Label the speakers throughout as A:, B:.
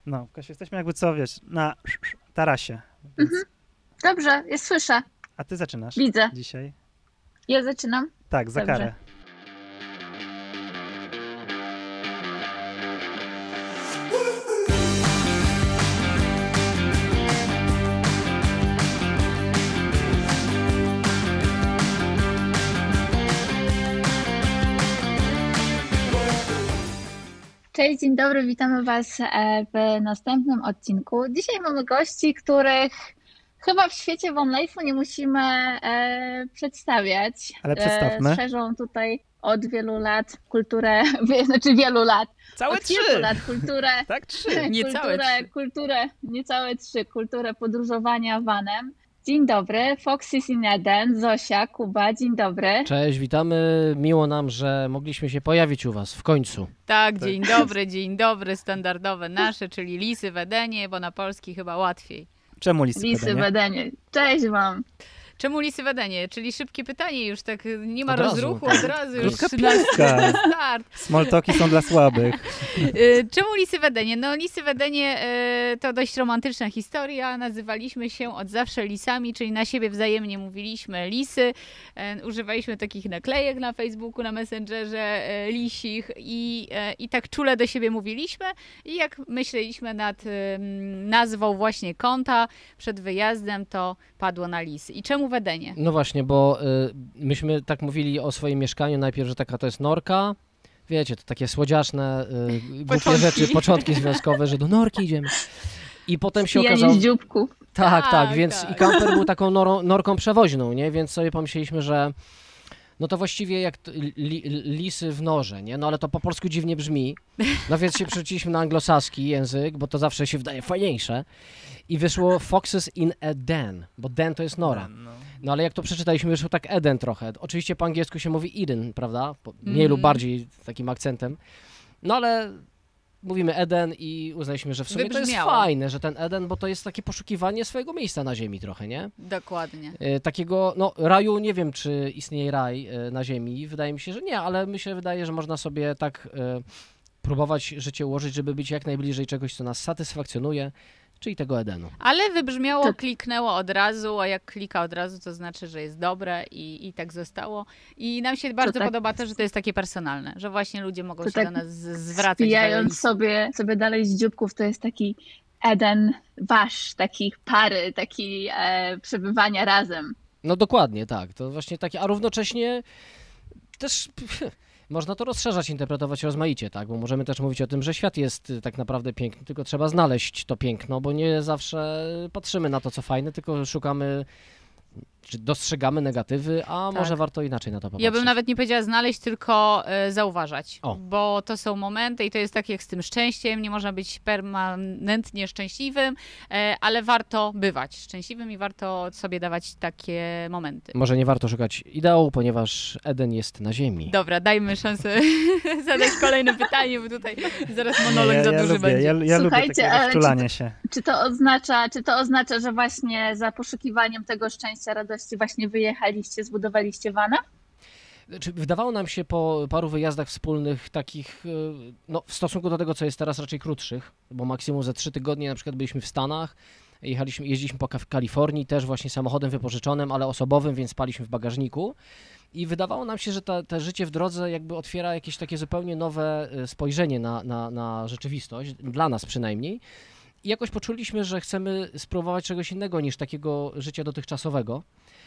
A: No, Kasiu, jesteśmy jakby co, wiesz, na tarasie. Więc...
B: Dobrze, ja słyszę,
A: A ty zaczynasz
B: widzę.
A: dzisiaj?
B: Ja zaczynam?
A: Tak, za
B: Dobrze.
A: karę.
B: Cześć, dzień dobry, witamy Was w następnym odcinku. Dzisiaj mamy gości, których chyba w świecie One Life'u nie musimy przedstawiać.
A: Ale przedstawmy.
B: Szerzą tutaj od wielu lat kulturę, znaczy wielu lat.
A: Całe
B: od kilku
A: 3!
B: lat kulturę.
A: Tak, 3.
C: Niecałe 3.
B: Niecałe 3, kulturę podróżowania vanem. Dzień dobry, Foxy Sineden, Zosia, Kuba, dzień dobry.
D: Cześć, witamy. Miło nam, że mogliśmy się pojawić u Was w końcu.
C: Tak, dzień dobry, standardowe nasze, czyli lisy w Edenie, bo na polski chyba łatwiej.
A: Czemu lisy
B: Lisy w
A: w
B: Edenie. Cześć Wam.
C: Czemu lisy w Edenie? Czyli szybkie pytanie, już tak nie ma
D: Od razu.
C: rozruchu, od razu już
A: Krótka
C: 13
A: piłka.
C: start.
A: Smalltalki są dla słabych.
C: Czemu lisy w Edenie? No lisy w Edenie to dość romantyczna historia. Nazywaliśmy się od zawsze lisami, czyli na siebie wzajemnie mówiliśmy lisy. Używaliśmy takich naklejek na Facebooku, na Messengerze lisich i tak czule do siebie mówiliśmy. I jak myśleliśmy nad nazwą właśnie konta przed wyjazdem, to padło na lisy. I czemu w Edenie?
D: No właśnie, bo myśmy tak mówili o swoim mieszkaniu najpierw, że taka to jest norka. Wiecie, to takie słodziaszne, głupie rzeczy, początki związkowe, że do norki idziemy. I potem się
B: Pijani
D: okazało...
B: z dzióbków.
D: Tak, więc
C: tak.
D: i kamper był taką norką przewoźną, nie? Więc sobie pomyśleliśmy, że no to właściwie jak lisy w norze, nie? No ale to po polsku dziwnie brzmi. No więc się przerzuciliśmy na anglosaski język, bo to zawsze się wydaje fajniejsze. I wyszło Foxes in a Den, bo den to jest nora. No ale jak to przeczytaliśmy, wyszło tak Eden trochę. Oczywiście po angielsku się mówi Eden, prawda? Mniej lub bardziej takim akcentem. No ale mówimy Eden i uznaliśmy, że w sumie to jest
C: Wybrzmiało.
D: fajne, że ten Eden, bo to jest takie poszukiwanie swojego miejsca na ziemi trochę, nie?
C: Dokładnie.
D: Takiego, no raju, nie wiem czy istnieje raj na ziemi, wydaje mi się, że nie, ale mi się wydaje, że można sobie tak próbować życie ułożyć, żeby być jak najbliżej czegoś, co nas satysfakcjonuje, czyli tego Edenu.
C: Ale wybrzmiało,
B: To-
C: kliknęło od razu, a jak klika od razu, to znaczy, że jest dobre i tak zostało. I nam się bardzo
B: tak-
C: podoba to, że to jest takie personalne, że właśnie ludzie mogą
B: To
C: się
B: tak
C: do nas zwracać.
B: Pijając sobie dalej z dzióbków, to jest taki Eden wasz, takich pary, taki przebywania razem.
D: No dokładnie, tak, to właśnie takie, a równocześnie też można to rozszerzać, interpretować rozmaicie, tak, bo możemy też mówić o tym, że świat jest tak naprawdę piękny, tylko trzeba znaleźć to piękno, bo nie zawsze patrzymy na to, co fajne, tylko szukamy, czy dostrzegamy negatywy, a
C: Tak.
D: może warto inaczej na to popatrzeć.
C: Ja bym nawet nie powiedziała znaleźć, tylko zauważać,
D: O.
C: bo to są momenty i to jest tak jak z tym szczęściem, nie można być permanentnie szczęśliwym, ale warto bywać szczęśliwym i warto sobie dawać takie momenty.
D: Może nie warto szukać ideału, ponieważ Eden jest na ziemi.
C: Dobra, dajmy szansę zadać kolejne pytanie, bo tutaj zaraz monolog
A: ja,
C: za
A: ja
C: duży
A: lubię,
C: będzie.
A: ja lubię
B: Słuchajcie,
A: takie
B: ale
A: rozczulanie się.
B: Czy to oznacza, że właśnie za poszukiwaniem tego szczęścia, radości właśnie wyjechaliście, zbudowaliście vana?
D: Wydawało nam się po paru wyjazdach wspólnych takich, no w stosunku do tego, co jest teraz raczej krótszych, bo maksimum za 3 tygodnie na przykład byliśmy w Stanach, jeździliśmy po Kalifornii też właśnie samochodem wypożyczonym, ale osobowym, więc spaliśmy w bagażniku. I wydawało nam się, że to życie w drodze jakby otwiera jakieś takie zupełnie nowe spojrzenie na rzeczywistość, dla nas przynajmniej. I jakoś poczuliśmy, że chcemy spróbować czegoś innego niż takiego życia dotychczasowego,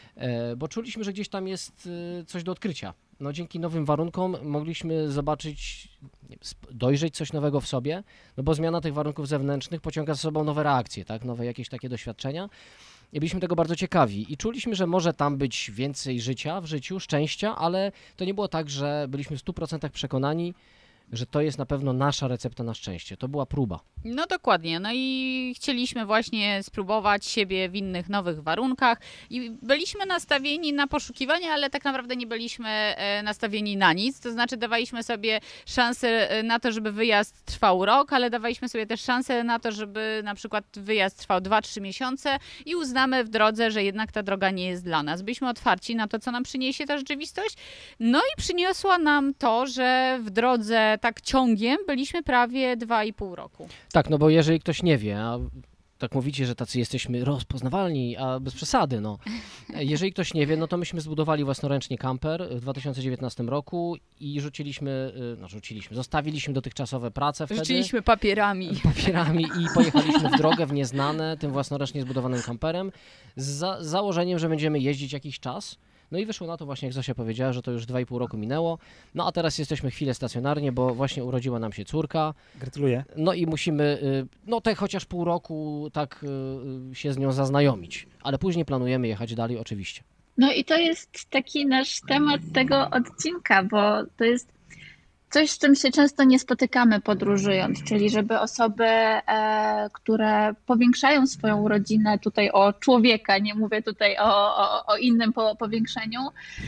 D: bo czuliśmy, że gdzieś tam jest coś do odkrycia. No, dzięki nowym warunkom mogliśmy zobaczyć, nie wiem, dojrzeć coś nowego w sobie, no bo zmiana tych warunków zewnętrznych pociąga za sobą nowe reakcje, tak? Nowe jakieś takie doświadczenia. I byliśmy tego bardzo ciekawi i czuliśmy, że może tam być więcej życia w życiu, szczęścia, ale to nie było tak, że byliśmy w 100% przekonani, że to jest na pewno nasza recepta na szczęście. To była próba.
C: No dokładnie, no i chcieliśmy właśnie spróbować siebie w innych, nowych warunkach i byliśmy nastawieni na poszukiwanie, ale tak naprawdę nie byliśmy nastawieni na nic, to znaczy dawaliśmy sobie szansę na to, żeby wyjazd trwał rok, ale dawaliśmy sobie też szansę na to, żeby na przykład wyjazd trwał 2-3 miesiące i uznamy w drodze, że jednak ta droga nie jest dla nas. Byliśmy otwarci na to, co nam przyniesie ta rzeczywistość, no i przyniosła nam to, że w drodze że tak ciągiem byliśmy prawie 2,5 roku.
D: Tak, no bo jeżeli ktoś nie wie, a tak mówicie, że tacy jesteśmy rozpoznawalni, a bez przesady, no. Jeżeli ktoś nie wie, no to myśmy zbudowali własnoręcznie kamper w 2019 roku i zostawiliśmy dotychczasowe prace wtedy.
C: Rzuciliśmy papierami
D: I pojechaliśmy w drogę w nieznane tym własnoręcznie zbudowanym kamperem z założeniem, że będziemy jeździć jakiś czas. No i wyszło na to właśnie, jak Zosia powiedziała, że to już 2,5 roku minęło. No a teraz jesteśmy chwilę stacjonarnie, bo właśnie urodziła nam się córka.
A: Gratuluję.
D: No i musimy, chociaż pół roku tak się z nią zaznajomić. Ale później planujemy jechać dalej oczywiście.
B: No i to jest taki nasz temat tego odcinka, bo to jest coś, z czym się często nie spotykamy podróżując, czyli żeby osoby, które powiększają swoją rodzinę, tutaj o człowieka, nie mówię tutaj o innym powiększeniu,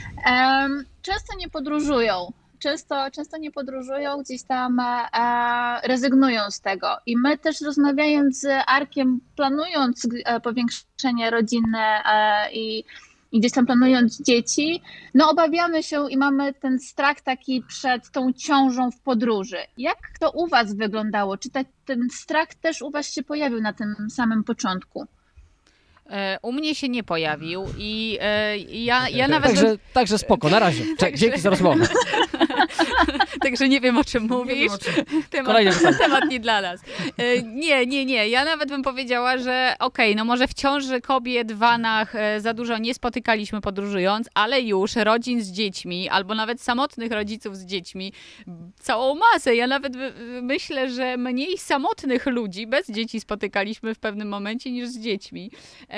B: często nie podróżują. Często nie podróżują, gdzieś tam rezygnują z tego. I my też rozmawiając z Arkiem, planując powiększenie rodzinne i gdzieś tam planując dzieci, no obawiamy się i mamy ten strach taki przed tą ciążą w podróży. Jak to u was wyglądało? Czy ten strach też u was się pojawił na tym samym początku?
C: U mnie się nie pojawił i ja nawet...
D: Także spoko, na razie. Dzięki za rozmowę.
C: Także nie wiem, o czym mówisz. Temat nie dla nas. Nie. Ja nawet bym powiedziała, że no może w ciąży kobiet w vanach za dużo nie spotykaliśmy podróżując, ale już rodzin z dziećmi, albo nawet samotnych rodziców z dziećmi, całą masę. Ja nawet myślę, że mniej samotnych ludzi bez dzieci spotykaliśmy w pewnym momencie niż z dziećmi.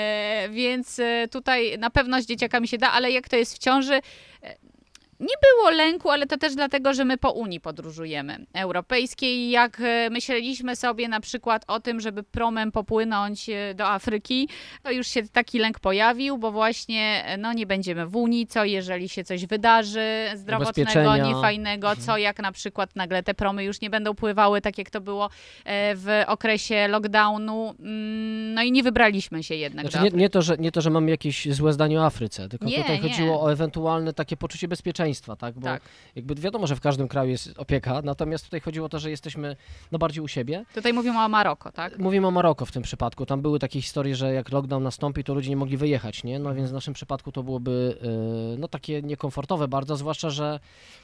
C: Więc tutaj na pewno z dzieciakami się da, ale jak to jest w ciąży, nie było lęku, ale to też dlatego, że my po Unii podróżujemy europejskiej. Jak myśleliśmy sobie na przykład o tym, żeby promem popłynąć do Afryki, to już się taki lęk pojawił, bo właśnie nie będziemy w Unii, co jeżeli się coś wydarzy zdrowotnego, niefajnego, co jak na przykład nagle te promy już nie będą pływały, tak jak to było w okresie lockdownu. No i nie wybraliśmy się jednak do Afryki.
D: Nie to, że mamy jakieś złe zdanie o Afryce, tylko tutaj
C: nie.
D: chodziło o ewentualne takie poczucie bezpieczeństwa. Tak? Bo jakby wiadomo, że w każdym kraju jest opieka, natomiast tutaj chodziło o to, że jesteśmy bardziej u siebie.
C: Tutaj mówimy o Maroko, tak?
D: Mówimy o Maroko w tym przypadku. Tam były takie historie, że jak lockdown nastąpi, to ludzie nie mogli wyjechać, nie? No więc w naszym przypadku to byłoby takie niekomfortowe bardzo, zwłaszcza, że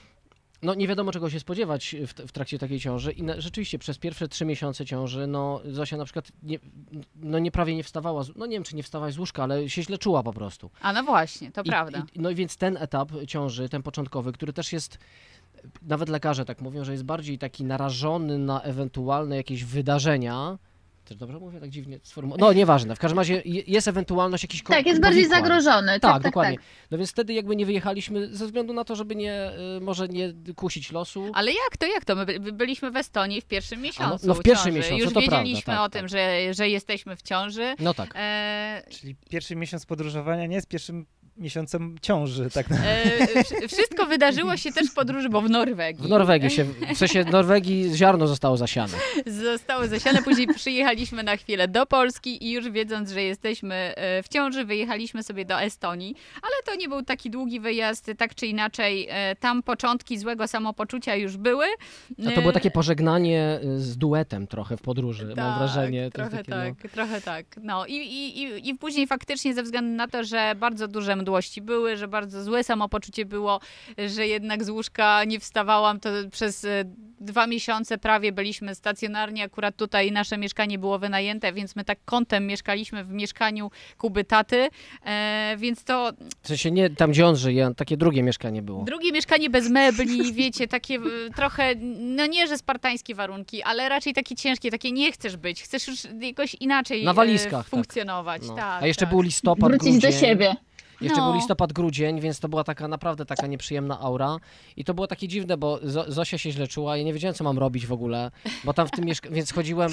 D: nie wiadomo czego się spodziewać w trakcie takiej ciąży i rzeczywiście przez pierwsze 3 miesiące ciąży, Zosia na przykład prawie nie wstawała, nie wiem czy nie wstawałaś z łóżka, ale się źle czuła po prostu.
C: A no właśnie, to prawda.
D: I więc ten etap ciąży, ten początkowy, który też jest, nawet lekarze tak mówią, że jest bardziej taki narażony na ewentualne jakieś wydarzenia. Też dobrze mówię, tak dziwnie sformułowane? No nieważne, w każdym razie jest ewentualność jakichś
B: Tak, jest bardziej zagrożony.
D: Tak, dokładnie. Tak. No więc wtedy jakby nie wyjechaliśmy ze względu na to, żeby może nie kusić losu.
C: Ale jak to? My byliśmy w Estonii w pierwszym miesiącu
D: w pierwszym
C: ciąży.
D: miesiącu,
C: już
D: to
C: wiedzieliśmy
D: prawda,
C: o tym, że jesteśmy w ciąży.
D: No tak.
A: Czyli pierwszy miesiąc podróżowania nie jest pierwszym miesiącem ciąży, tak?
C: Wszystko wydarzyło się też w podróży, bo w Norwegii.
D: W Norwegii w sensie Norwegii ziarno zostało zasiane.
C: Zostało zasiane, później przyjechaliśmy na chwilę do Polski i już wiedząc, że jesteśmy w ciąży, wyjechaliśmy sobie do Estonii, ale to nie był taki długi wyjazd, tak czy inaczej, tam początki złego samopoczucia już były.
D: A to było takie pożegnanie z duetem trochę w podróży, mam wrażenie.
C: Trochę tak. No i później faktycznie ze względu na to, że bardzo duże mdłości były, że bardzo złe samopoczucie było, że jednak z łóżka nie wstawałam, to przez 2 miesiące prawie byliśmy stacjonarnie, akurat tutaj nasze mieszkanie było wynajęte, więc my tak kątem mieszkaliśmy w mieszkaniu Kuby taty, więc to...
D: W sensie nie tam, gdzie on żyje, takie drugie mieszkanie było.
C: Drugie mieszkanie bez mebli, wiecie, takie trochę, nie, że spartańskie warunki, ale raczej takie ciężkie, takie nie chcesz być, chcesz już jakoś inaczej
D: na walizkach
C: funkcjonować.
D: Tak. No.
C: Tak,
D: a jeszcze
C: tak.
D: był listopad,
B: wrócić
D: grudzień.
B: do siebie.
D: Jeszcze był listopad, grudzień, więc to była naprawdę taka nieprzyjemna aura. I to było takie dziwne, bo Zosia się źle czuła, ja nie wiedziałem, co mam robić w ogóle, bo tam w tym więc chodziłem...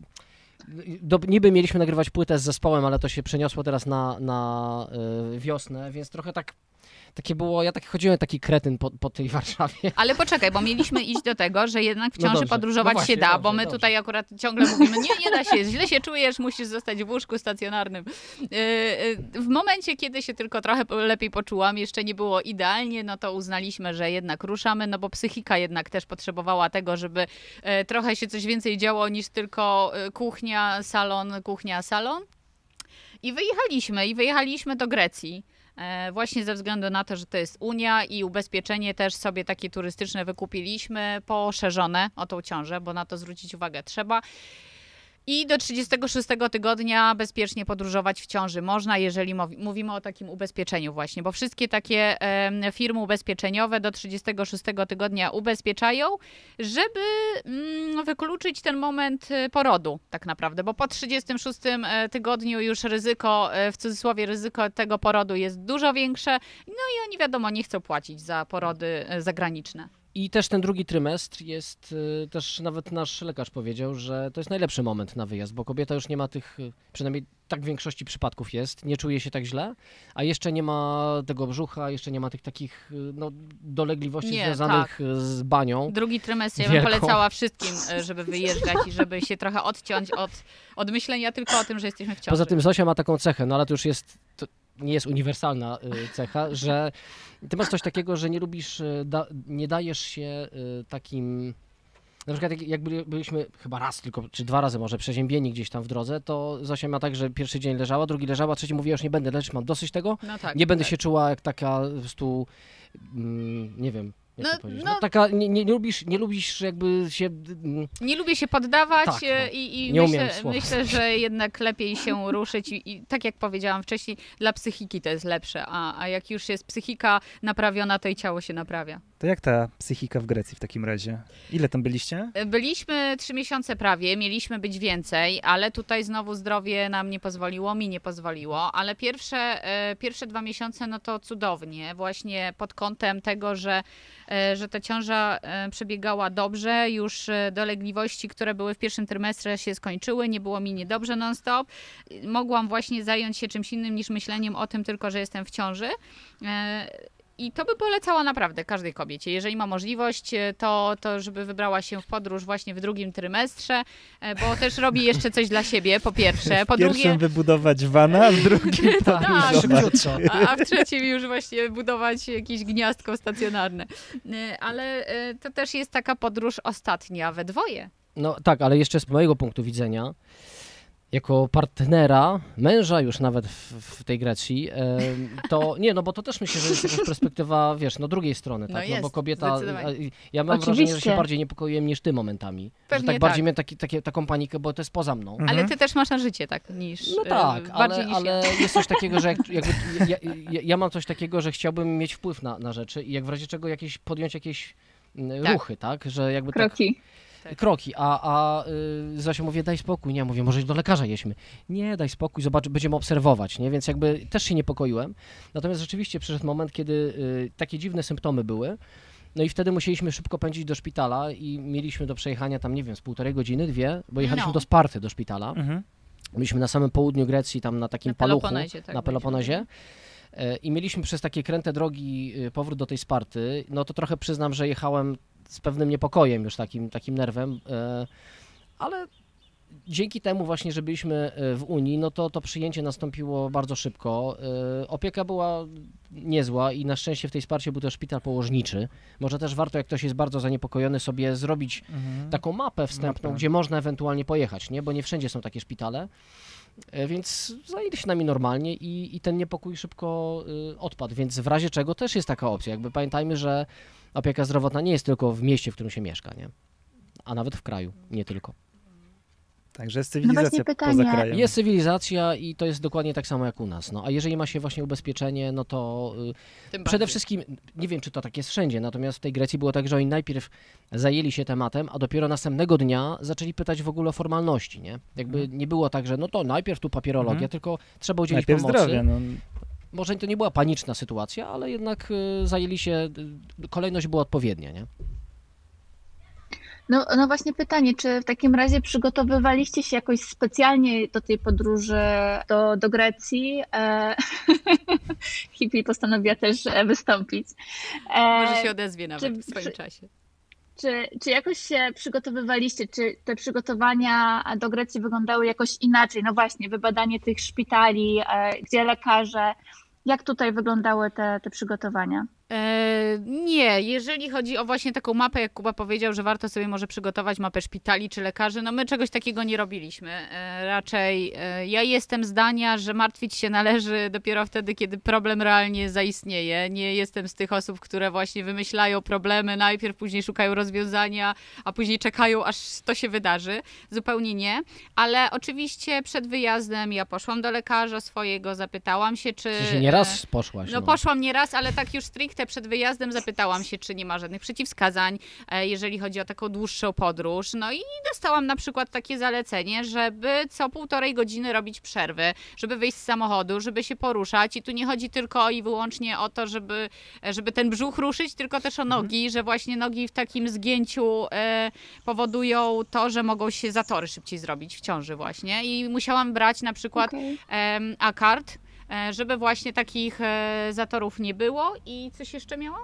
D: Niby mieliśmy nagrywać płytę z zespołem, ale to się przeniosło teraz na wiosnę, więc trochę tak takie było, ja tak chodziłem, taki kretyn po tej Warszawie.
C: Ale poczekaj, bo mieliśmy iść do tego, że jednak w
D: No
C: ciąży
D: dobrze.
C: podróżować
D: No właśnie,
C: się da,
D: dobrze,
C: bo my
D: dobrze.
C: tutaj akurat ciągle mówimy, nie da się, źle się czujesz, musisz zostać w łóżku stacjonarnym. W momencie, kiedy się tylko trochę lepiej poczułam, jeszcze nie było idealnie, no to uznaliśmy, że jednak ruszamy, no bo psychika jednak też potrzebowała tego, żeby trochę się coś więcej działo niż tylko kuchnia, salon. I wyjechaliśmy do Grecji. Właśnie ze względu na to, że to jest Unia i ubezpieczenie też sobie takie turystyczne wykupiliśmy, poszerzone o tą ciążę, bo na to zwrócić uwagę trzeba. I do 36 tygodnia bezpiecznie podróżować w ciąży można, jeżeli mówimy o takim ubezpieczeniu właśnie, bo wszystkie takie firmy ubezpieczeniowe do 36 tygodnia ubezpieczają, żeby wykluczyć ten moment porodu tak naprawdę, bo po 36 tygodniu już ryzyko, w cudzysłowie ryzyko tego porodu jest dużo większe, no i oni wiadomo nie chcą płacić za porody zagraniczne.
D: I też ten drugi trymestr jest, też nawet nasz lekarz powiedział, że to jest najlepszy moment na wyjazd, bo kobieta już nie ma tych, przynajmniej tak w większości przypadków jest, nie czuje się tak źle, a jeszcze nie ma tego brzucha, jeszcze nie ma tych takich no, dolegliwości
C: Nie,
D: związanych z banią.
C: Drugi trymestr ja bym
D: Wielką.
C: polecała wszystkim, żeby wyjeżdżać i żeby się trochę odciąć od myślenia tylko o tym, że jesteśmy w ciąży.
D: Poza tym Zosia ma taką cechę, no ale to już jest, to nie jest uniwersalna cecha, że ty masz coś takiego, że nie lubisz, nie dajesz się takim... Na przykład jak byliśmy chyba raz tylko, czy 2 razy może przeziębieni gdzieś tam w drodze, to Zosia ma tak, że pierwszy dzień leżała, drugi leżała, trzeci mówiła, już nie będę leżeć, mam dosyć tego,
C: No tak,
D: nie będę
C: tak.
D: się czuła jak taka po prostu, nie wiem, jak
C: No,
D: to powiedzieć,
C: no.
D: no taka, nie lubisz jakby się...
C: Nie lubię się poddawać
D: Tak, no.
C: i
D: Nie umiem słowa.
C: myślę, że jednak lepiej się ruszyć i tak jak powiedziałam wcześniej, dla psychiki to jest lepsze, a jak już jest psychika naprawiona, to i ciało się naprawia.
A: To jak ta psychika w Grecji w takim razie? Ile tam byliście?
C: Byliśmy 3 miesiące prawie, mieliśmy być więcej, ale tutaj znowu zdrowie nam nie pozwoliło, mi nie pozwoliło, ale pierwsze 2 miesiące no to cudownie, właśnie pod kątem tego, że ta ciąża przebiegała dobrze, już dolegliwości, które były w pierwszym trymestrze się skończyły, nie było mi niedobrze non-stop, mogłam właśnie zająć się czymś innym niż myśleniem o tym tylko, że jestem w ciąży. I to by polecała naprawdę każdej kobiecie. Jeżeli ma możliwość, to żeby wybrała się w podróż właśnie w drugim trymestrze, bo też robi jeszcze coś dla siebie, po pierwsze. Po
A: W pierwszym
C: drugie,
A: wybudować wana, a w drugim
C: Tak.
D: Szybciutko.
C: a w trzecim już właśnie budować jakieś gniazdko stacjonarne. Ale to też jest taka podróż ostatnia we dwoje.
D: No tak, ale jeszcze z mojego punktu widzenia, jako partnera, męża już nawet w tej Grecji, to nie, no bo to też myślę, że jest jakaś perspektywa, wiesz, no drugiej strony,
C: No
D: tak? No
C: jest,
D: bo kobieta,
C: zdecydowanie.
D: ja mam wrażenie, że się
B: Oczywiście.
D: bardziej niepokoiłem niż ty momentami.
C: Pewnie
D: że tak
C: tak.
D: bardziej miałem taką panikę, bo to jest poza mną.
A: Mhm.
C: Ale ty też masz na życie tak niż
D: No tak,
C: bardziej niż
D: ale
C: ja.
D: jest coś takiego, że ja mam coś takiego, że chciałbym mieć wpływ na rzeczy i jak w razie czego podjąć jakieś
C: Tak.
D: ruchy, tak? Że jakby tak,
B: Kroki.
D: kroki, a Zosia mówi, daj spokój, nie, mówię, może do lekarza jedźmy. Nie, daj spokój, zobacz, będziemy obserwować, nie, więc jakby też się niepokoiłem. Natomiast rzeczywiście przyszedł moment, kiedy takie dziwne symptomy były, no i wtedy musieliśmy szybko pędzić do szpitala i mieliśmy do przejechania tam, nie wiem, z 1,5 godziny, 2, bo jechaliśmy
C: No.
D: do Sparty, do szpitala.
A: Mhm.
D: Byliśmy na samym południu Grecji, tam na takim
C: Na
D: paluchu,
C: Peloponezie, tak,
D: na Peloponezie. I mieliśmy przez takie kręte drogi powrót do tej Sparty. No to trochę przyznam, że jechałem z pewnym niepokojem już takim nerwem, ale dzięki temu właśnie, że byliśmy w Unii, no to przyjęcie nastąpiło bardzo szybko. Opieka była niezła i na szczęście w tej Sparcie był też szpital położniczy. Może też warto, jak ktoś jest bardzo zaniepokojony, sobie zrobić
A: Mhm.
D: taką mapę wstępną,
A: Mapę.
D: gdzie można ewentualnie pojechać, nie? Bo nie wszędzie są takie szpitale. Więc zajęli się nami normalnie i ten niepokój szybko odpadł, więc w razie czego też jest taka opcja. Jakby pamiętajmy, że opieka zdrowotna nie jest tylko w mieście, w którym się mieszka, nie? A nawet w kraju, nie tylko.
A: Także jest cywilizacja
B: pytanie.
A: poza krajem.
D: Jest cywilizacja i to jest dokładnie tak samo jak u nas. No, a jeżeli ma się właśnie ubezpieczenie, no to
C: Tym
D: przede
C: bardziej.
D: wszystkim, nie wiem czy to tak jest wszędzie, natomiast w tej Grecji było tak, że oni najpierw zajęli się tematem, a dopiero następnego dnia zaczęli pytać w ogóle o formalności, nie? Jakby nie było tak, że no to najpierw tu papierologia,
A: Mhm.
D: tylko trzeba udzielić
A: Najpierw
D: pomocy.
A: zdrowie. No.
D: Może to nie była paniczna sytuacja, ale jednak zajęli się, kolejność była odpowiednia, nie?
B: No właśnie pytanie, czy w takim razie przygotowywaliście się jakoś specjalnie do tej podróży do Grecji? Hippie postanowiła też wystąpić.
C: Może się odezwie nawet
B: czy
C: w swoim czasie.
B: Czy jakoś się przygotowywaliście? Czy te przygotowania do Grecji wyglądały jakoś inaczej? No właśnie, wybadanie tych szpitali, gdzie lekarze, jak tutaj wyglądały te przygotowania?
C: Nie, jeżeli chodzi o właśnie taką mapę, jak Kuba powiedział, że warto sobie może przygotować mapę szpitali czy lekarzy, no my czegoś takiego nie robiliśmy. Raczej ja jestem zdania, że martwić się należy dopiero wtedy, kiedy problem realnie zaistnieje. Nie jestem z tych osób, które właśnie wymyślają problemy najpierw, później szukają rozwiązania, a później czekają, aż to się wydarzy. Zupełnie nie. Ale oczywiście przed wyjazdem ja poszłam do lekarza swojego, zapytałam się, czy...
D: Czy się nie raz poszłaś?
C: No poszłam nie raz, ale tak już stricte przed wyjazdem zapytałam się, czy nie ma żadnych przeciwwskazań, jeżeli chodzi o taką dłuższą podróż. No i dostałam na przykład takie zalecenie, żeby co 1,5 godziny robić przerwy, żeby wyjść z samochodu, żeby się poruszać. I tu nie chodzi tylko i wyłącznie o to, żeby ten brzuch ruszyć, tylko też o nogi, że właśnie nogi w takim zgięciu powodują to, że mogą się zatory szybciej zrobić w ciąży właśnie. I musiałam brać na przykład Akard, żeby właśnie takich zatorów nie było. I coś jeszcze miałam?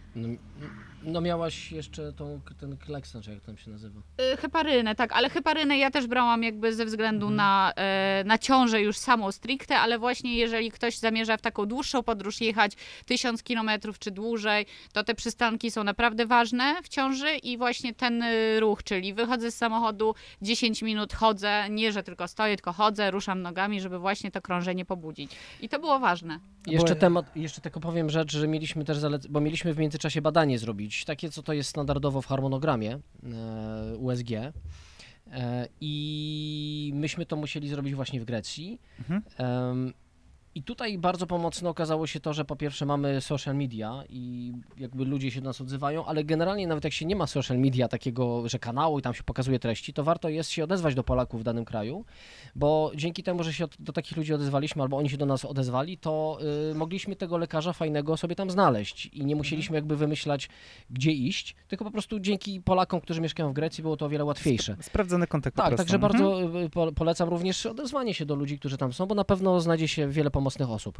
D: No miałaś jeszcze ten kleksan, czy jak tam się nazywa?
C: Heparynę, tak, ale heparynę ja też brałam jakby ze względu na ciążę już samą stricte, ale właśnie jeżeli ktoś zamierza w taką dłuższą podróż jechać 1000 kilometrów czy dłużej, to te przystanki są naprawdę ważne w ciąży i właśnie ten ruch, czyli wychodzę z samochodu, 10 minut chodzę, nie, że tylko stoję, tylko chodzę, ruszam nogami, żeby właśnie to krążenie pobudzić. I to było ważne.
D: Jeszcze tylko powiem rzecz, że mieliśmy też bo mieliśmy w międzyczasie badanie zrobić, takie co to jest standardowo w harmonogramie USG i myśmy to musieli zrobić właśnie w Grecji. I tutaj bardzo pomocne okazało się to, że po pierwsze mamy social media i jakby ludzie się do nas odzywają, ale generalnie nawet jak się nie ma social media takiego, że kanału i tam się pokazuje treści, to warto jest się odezwać do Polaków w danym kraju, bo dzięki temu, że się do takich ludzi odezwaliśmy albo oni się do nas odezwali, to mogliśmy tego lekarza fajnego sobie tam znaleźć i nie musieliśmy jakby wymyślać, gdzie iść, tylko po prostu dzięki Polakom, którzy mieszkają w Grecji, było to o wiele łatwiejsze.
A: Sprawdzony kontakt po
D: Tak,
A: prostu.
D: także bardzo polecam również odezwanie się do ludzi, którzy tam są, bo na pewno znajdzie się wiele pomocnych osób.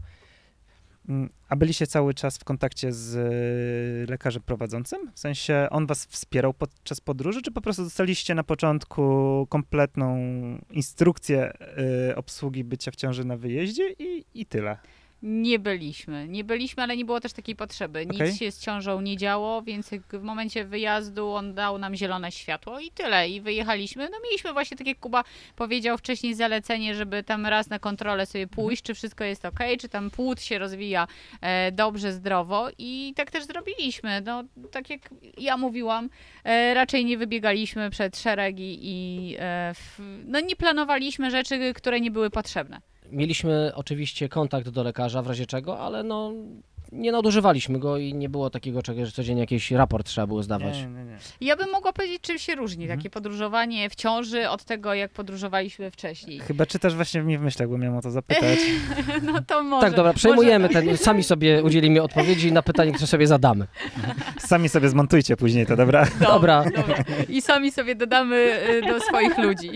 A: A byliście cały czas w kontakcie z lekarzem prowadzącym? W sensie on was wspierał podczas podróży, czy po prostu dostaliście na początku kompletną instrukcję obsługi bycia w ciąży na wyjeździe i tyle?
C: Nie byliśmy, ale nie było też takiej potrzeby. Nic się z ciążą nie działo, więc w momencie wyjazdu on dał nam zielone światło i tyle. I wyjechaliśmy. No mieliśmy właśnie, tak jak Kuba powiedział wcześniej, zalecenie, żeby tam raz na kontrolę sobie pójść, czy wszystko jest okej, czy tam płód się rozwija dobrze, zdrowo i tak też zrobiliśmy. No tak jak ja mówiłam, raczej nie wybiegaliśmy przed szeregi i no nie planowaliśmy rzeczy, które nie były potrzebne.
D: Mieliśmy oczywiście kontakt do lekarza w razie czego, ale no nie nadużywaliśmy go i nie było takiego czegoś, że codziennie jakiś raport trzeba było zdawać.
A: Nie.
C: Ja bym mogła powiedzieć, czym się różni takie podróżowanie w ciąży od tego, jak podróżowaliśmy wcześniej.
A: Chyba czytasz właśnie mi w myślach, bo miałem o to zapytać.
C: No to może.
D: Tak, dobra, przejmujemy sami sobie udzielimy odpowiedzi na pytanie, które sobie zadamy.
A: Sami sobie zmontujcie później to, dobra?
C: Dobra. I sami sobie dodamy do swoich ludzi.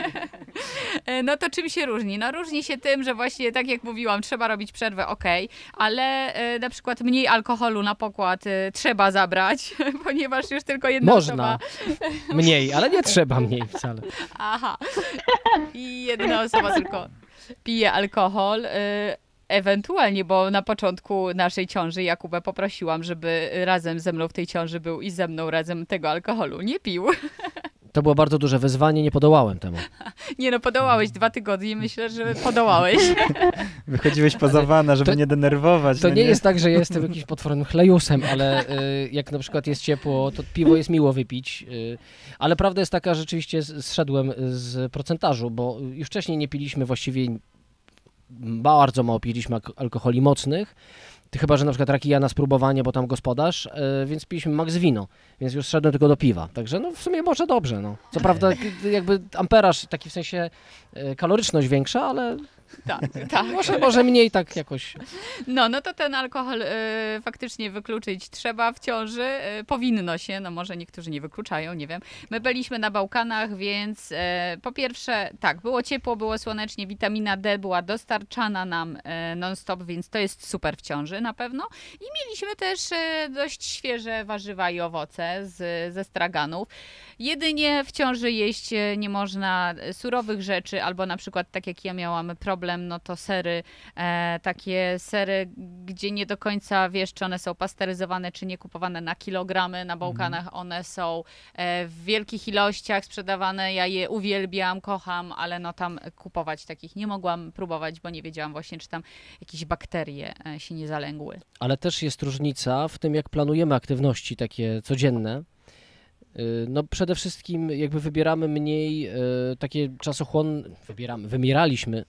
C: No to czym się różni? No różni się tym, że właśnie tak jak mówiłam, trzeba robić przerwę, ale na przykład mniej alkoholu na pokład trzeba zabrać, ponieważ już tylko jedna osoba...
D: Mniej, ale nie trzeba mniej wcale.
C: Aha. I jedna osoba tylko pije alkohol. Ewentualnie, bo na początku naszej ciąży Jakubę poprosiłam, żeby razem ze mną w tej ciąży był i ze mną razem tego alkoholu nie pił.
D: To było bardzo duże wyzwanie, nie podołałem temu.
C: Nie no, podołałeś 2 tygodnie, myślę, że podołałeś.
A: Wychodziłeś poza wana, żeby nie denerwować.
D: To nie jest tak, że ja jestem jakimś potwornym chlejusem, ale jak na przykład jest ciepło, to piwo jest miło wypić. Ale prawda jest taka, że rzeczywiście zszedłem z procentażu, bo już wcześniej nie piliśmy właściwie, bardzo mało piliśmy alkoholi mocnych. Chyba że na przykład rakija na spróbowanie, bo tam gospodarz, więc piliśmy max wino, więc już szedłem tylko do piwa. Także no w sumie może dobrze, no. Co prawda jakby amperaż, taki w sensie kaloryczność większa, ale
C: Tak, tak.
D: Może mniej tak jakoś.
C: No to ten alkohol faktycznie wykluczyć trzeba w ciąży. Powinno się, no może niektórzy nie wykluczają, nie wiem. My byliśmy na Bałkanach, więc po pierwsze, tak, było ciepło, było słonecznie, witamina D była dostarczana nam non-stop, więc to jest super w ciąży na pewno. I mieliśmy też dość świeże warzywa i owoce ze straganów. Jedynie w ciąży jeść nie można surowych rzeczy, albo na przykład tak jak ja miałam problem, no to sery, takie sery, gdzie nie do końca wiesz, czy one są pasteryzowane, czy nie, kupowane na kilogramy. Na Bałkanach one są w wielkich ilościach sprzedawane, ja je uwielbiam, kocham, ale no tam kupować takich nie mogłam próbować, bo nie wiedziałam właśnie, czy tam jakieś bakterie się nie zalęgły.
D: Ale też jest różnica w tym, jak planujemy aktywności takie codzienne. No przede wszystkim jakby wybieramy mniej takie czasochłonne, wymieraliśmy?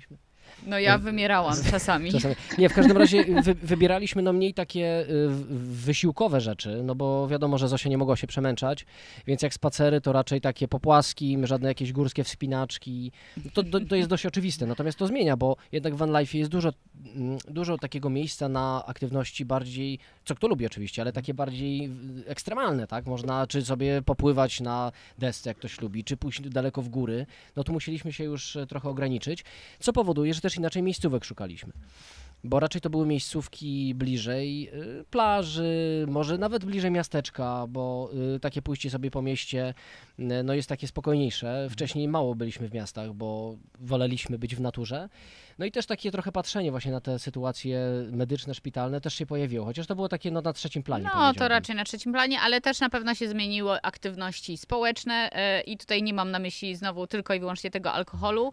C: No ja wymierałam czasami.
D: Nie, w każdym razie wybieraliśmy no mniej takie wysiłkowe rzeczy, no bo wiadomo, że Zosia nie mogła się przemęczać, więc jak spacery to raczej takie po płaskim, żadne jakieś górskie wspinaczki, to jest dość oczywiste, natomiast to zmienia, bo jednak w van life jest dużo takiego miejsca na aktywności bardziej, co kto lubi oczywiście, ale takie bardziej ekstremalne, tak? Można czy sobie popływać na desce, jak ktoś lubi, czy pójść daleko w góry, no tu musieliśmy się już trochę ograniczyć, co powoduje, że też inaczej miejscówek szukaliśmy. Bo raczej to były miejscówki bliżej plaży, może nawet bliżej miasteczka, bo takie pójście sobie po mieście no jest takie spokojniejsze. Wcześniej mało byliśmy w miastach, bo woleliśmy być w naturze. No i też takie trochę patrzenie właśnie na te sytuacje medyczne, szpitalne też się pojawiło, chociaż to było takie no, na trzecim planie.
C: No to raczej na trzecim planie, ale też na pewno się zmieniły aktywności społeczne i tutaj nie mam na myśli znowu tylko i wyłącznie tego alkoholu,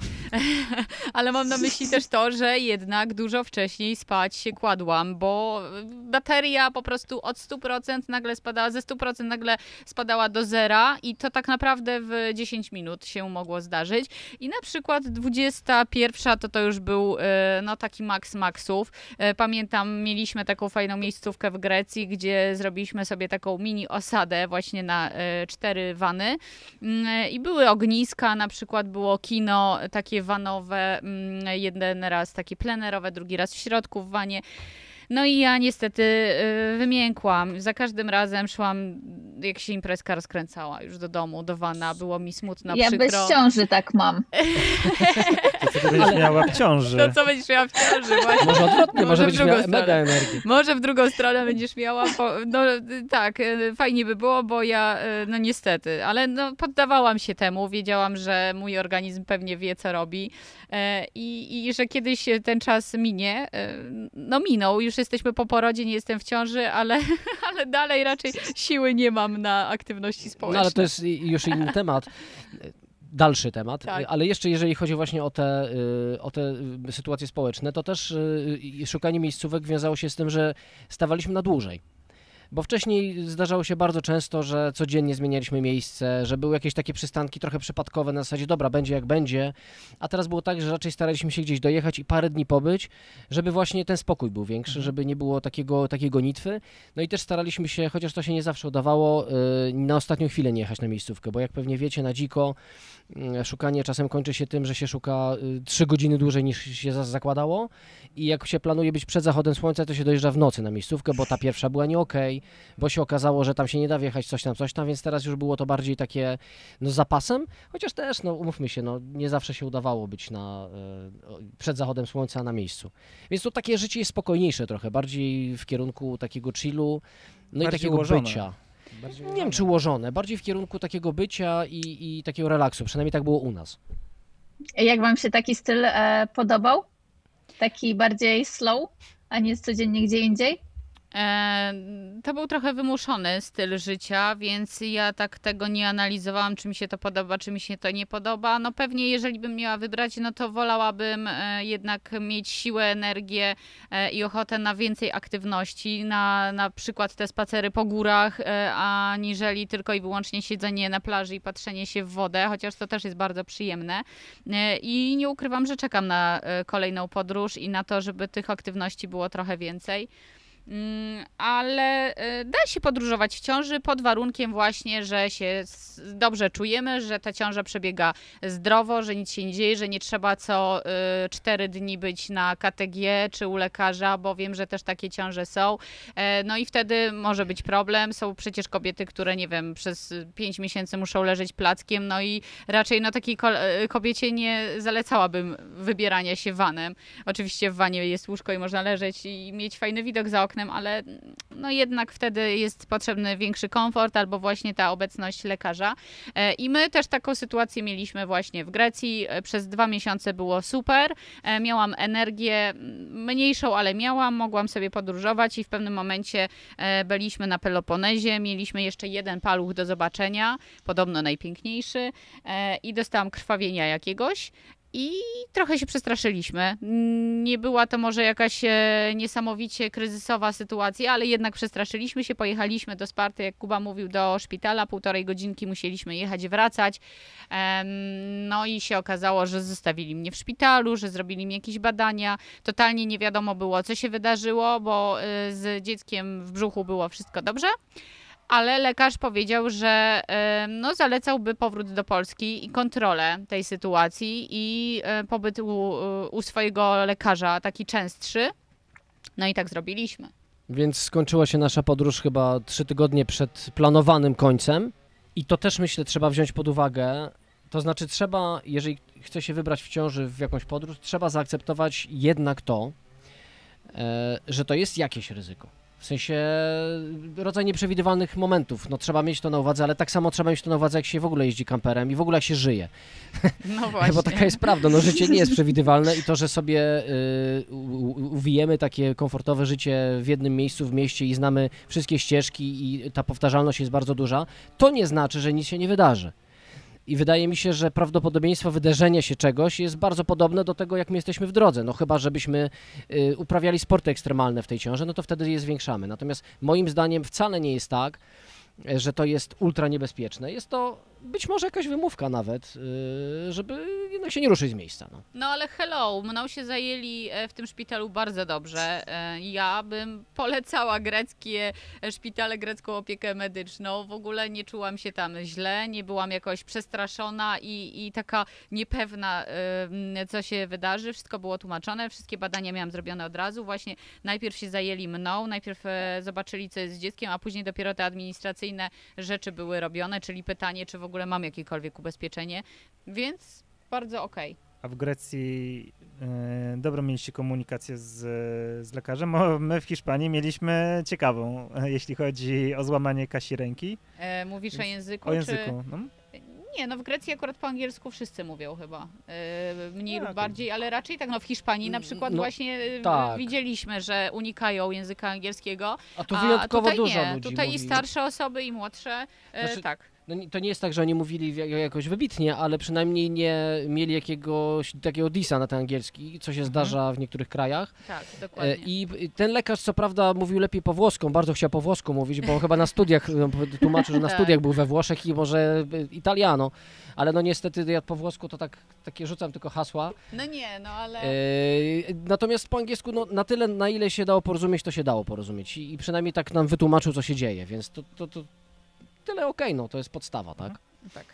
C: ale mam na myśli też to, że jednak dużo wcześniej spać się kładłam, bo bateria po prostu od 100% nagle spadała, ze 100% nagle spadała do zera i to tak naprawdę w 10 minut się mogło zdarzyć. I na przykład 21 to już był no taki maks maksów. Pamiętam, mieliśmy taką fajną miejscówkę w Grecji, gdzie zrobiliśmy sobie taką mini osadę właśnie na 4 wany i były ogniska, na przykład było kino takie vanowe, jeden raz takie plenerowe, drugi raz w środku w wanie. No i ja niestety wymiękłam. Za każdym razem szłam, jak się imprezka rozkręcała już do domu, do wana. Było mi smutno,
B: ja
C: przykro.
B: bez ciąży tak mam.
A: To co ty będziesz miała w ciąży?
C: To co będziesz miała w ciąży właśnie.
D: Może odwrotnie, może
C: w
D: będziesz
C: drugą
D: miała
C: stronę.
D: mega energię.
C: Może w drugą stronę będziesz miała, no tak, fajnie by było, bo ja, no niestety, ale no poddawałam się temu, wiedziałam, że mój organizm pewnie wie, co robi i że kiedyś ten czas minie, no minął, już jesteśmy po porodzie, nie jestem w ciąży, ale dalej raczej siły nie mam na aktywności społeczne.
D: No ale to jest już inny temat. Dalszy temat,
C: Tak.
D: ale jeszcze jeżeli chodzi właśnie o te sytuacje społeczne, to też szukanie miejscówek wiązało się z tym, że stawaliśmy na dłużej. Bo wcześniej zdarzało się bardzo często, że codziennie zmienialiśmy miejsce, że były jakieś takie przystanki trochę przypadkowe na zasadzie dobra, będzie jak będzie, a teraz było tak, że raczej staraliśmy się gdzieś dojechać i parę dni pobyć, żeby właśnie ten spokój był większy, żeby nie było takiej gonitwy. No i też staraliśmy się, chociaż to się nie zawsze udawało, na ostatnią chwilę nie jechać na miejscówkę, bo jak pewnie wiecie, na dziko szukanie czasem kończy się tym, że się szuka 3 godziny dłużej niż się zakładało i jak się planuje być przed zachodem słońca, to się dojeżdża w nocy na miejscówkę, bo ta pierwsza była nie okej, bo się okazało, że tam się nie da wjechać, coś tam, więc teraz już było to bardziej takie no z zapasem, chociaż też, no umówmy się, no nie zawsze się udawało być przed zachodem słońca na miejscu. Więc to takie życie jest spokojniejsze trochę, bardziej w kierunku takiego chillu, no
A: Bardziej
D: i takiego
A: ułożone.
D: bycia. Nie wiem, czy ułożone, bardziej w kierunku takiego bycia i takiego relaksu, przynajmniej tak było u nas.
B: Jak wam się taki styl podobał? Taki bardziej slow, a nie codziennie gdzie indziej?
C: To był trochę wymuszony styl życia, więc ja tak tego nie analizowałam, czy mi się to podoba, czy mi się to nie podoba. No pewnie jeżeli bym miała wybrać, no to wolałabym jednak mieć siłę, energię i ochotę na więcej aktywności, na przykład te spacery po górach, aniżeli tylko i wyłącznie siedzenie na plaży i patrzenie się w wodę, chociaż to też jest bardzo przyjemne. I nie ukrywam, że czekam na kolejną podróż i na to, żeby tych aktywności było trochę więcej. Ale da się podróżować w ciąży pod warunkiem właśnie, że się dobrze czujemy, że ta ciąża przebiega zdrowo, że nic się nie dzieje, że nie trzeba co 4 dni być na KTG czy u lekarza, bo wiem, że też takie ciąże są. No i wtedy może być problem. Są przecież kobiety, które nie wiem, przez 5 miesięcy muszą leżeć plackiem, no i raczej no takiej kobiecie nie zalecałabym wybierania się vanem. Oczywiście w vanie jest łóżko i można leżeć i mieć fajny widok za oknem, ale no jednak wtedy jest potrzebny większy komfort albo właśnie ta obecność lekarza. I my też taką sytuację mieliśmy właśnie w Grecji. Przez 2 miesiące było super. Miałam energię mniejszą, ale mogłam sobie podróżować i w pewnym momencie byliśmy na Peloponezie. Mieliśmy jeszcze jeden paluch do zobaczenia, podobno najpiękniejszy, i dostałam krwawienia jakiegoś. I trochę się przestraszyliśmy. Nie była to może jakaś niesamowicie kryzysowa sytuacja, ale jednak przestraszyliśmy się, pojechaliśmy do Sparty, jak Kuba mówił, do szpitala, 1,5 godzinki musieliśmy jechać, wracać. No i się okazało, że zostawili mnie w szpitalu, że zrobili mi jakieś badania. Totalnie nie wiadomo było, co się wydarzyło, bo z dzieckiem w brzuchu było wszystko dobrze. Ale lekarz powiedział, że no, zalecałby powrót do Polski i kontrolę tej sytuacji i pobyt u swojego lekarza, taki częstszy. No i tak zrobiliśmy.
D: Więc skończyła się nasza podróż chyba 3 tygodnie przed planowanym końcem. I to też myślę trzeba wziąć pod uwagę. To znaczy trzeba, jeżeli chce się wybrać w ciąży w jakąś podróż, trzeba zaakceptować jednak to, że to jest jakieś ryzyko. W sensie rodzaj nieprzewidywalnych momentów, no trzeba mieć to na uwadze, ale tak samo trzeba mieć to na uwadze, jak się w ogóle jeździ kamperem i w ogóle jak się żyje.
C: No właśnie.
D: Bo taka jest prawda, no życie nie jest przewidywalne i to, że sobie uwijemy takie komfortowe życie w jednym miejscu, w mieście i znamy wszystkie ścieżki i ta powtarzalność jest bardzo duża, to nie znaczy, że nic się nie wydarzy. I wydaje mi się, że prawdopodobieństwo wydarzenia się czegoś jest bardzo podobne do tego, jak my jesteśmy w drodze. No chyba, żebyśmy uprawiali sporty ekstremalne w tej ciąży, no to wtedy je zwiększamy. Natomiast moim zdaniem wcale nie jest tak, że to jest ultra niebezpieczne. Jest to być może jakaś wymówka nawet, żeby jednak się nie ruszyć z miejsca.
C: No ale hello, mną się zajęli w tym szpitalu bardzo dobrze. Ja bym polecała greckie szpitale, grecką opiekę medyczną. W ogóle nie czułam się tam źle, nie byłam jakoś przestraszona i taka niepewna, co się wydarzy. Wszystko było tłumaczone, wszystkie badania miałam zrobione od razu. Właśnie najpierw się zajęli mną, najpierw zobaczyli, co jest z dzieckiem, a później dopiero te administracyjne rzeczy były robione, czyli pytanie, czy w ogóle mam jakiekolwiek ubezpieczenie, więc bardzo okej.
A: A w Grecji dobrą mieliście komunikację z lekarzem? Bo my w Hiszpanii mieliśmy ciekawą, jeśli chodzi o złamanie Kasi ręki.
C: Mówisz o języku?
A: O języku,
C: Czy...
A: no.
C: Nie, no w Grecji akurat po angielsku wszyscy mówią chyba, mniej lub
A: Tak.
C: bardziej, ale raczej tak, no w Hiszpanii na przykład
D: No,
C: właśnie
D: tak.
C: widzieliśmy, że unikają języka angielskiego,
D: A tu wyjątkowo
C: tutaj
D: dużo
C: nie.
D: ludzi
C: Tutaj
D: mówi.
C: i starsze osoby, i młodsze,
D: Znaczy,
C: tak.
D: No, to nie jest tak, że oni mówili jakoś wybitnie, ale przynajmniej nie mieli jakiegoś takiego disa na ten angielski, co się zdarza w niektórych krajach.
C: Tak, dokładnie.
D: I ten lekarz co prawda mówił lepiej po włosku, on bardzo chciał po włosku mówić, bo chyba na studiach, tłumaczył, że na
C: Tak.
D: studiach był we Włoszech i może italiano, ale no niestety ja po włosku to takie rzucam tylko hasła.
C: No nie, no ale...
D: Natomiast po angielsku no, na tyle, na ile się dało porozumieć, to się dało porozumieć i przynajmniej tak nam wytłumaczył, co się dzieje, więc to tyle okej, no to jest podstawa, tak?
C: Tak.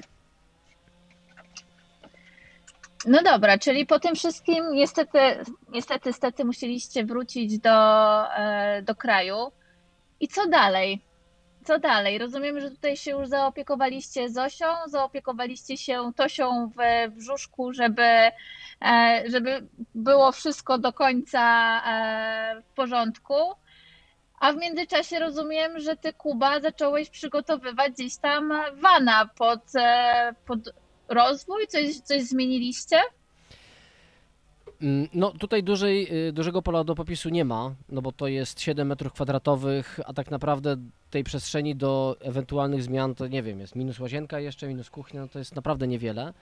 B: No dobra, czyli po tym wszystkim niestety musieliście wrócić do kraju. I co dalej? Co dalej? Rozumiem, że tutaj się już zaopiekowaliście Zosią, zaopiekowaliście się Tosią w brzuszku, żeby było wszystko do końca w porządku. A w międzyczasie rozumiem, że ty, Kuba, zacząłeś przygotowywać gdzieś tam vana pod rozwój? Coś zmieniliście?
D: No tutaj dużego pola do popisu nie ma, no bo to jest 7 metrów kwadratowych, a tak naprawdę tej przestrzeni do ewentualnych zmian to nie wiem, jest minus łazienka jeszcze, minus kuchnia, no to jest naprawdę niewiele.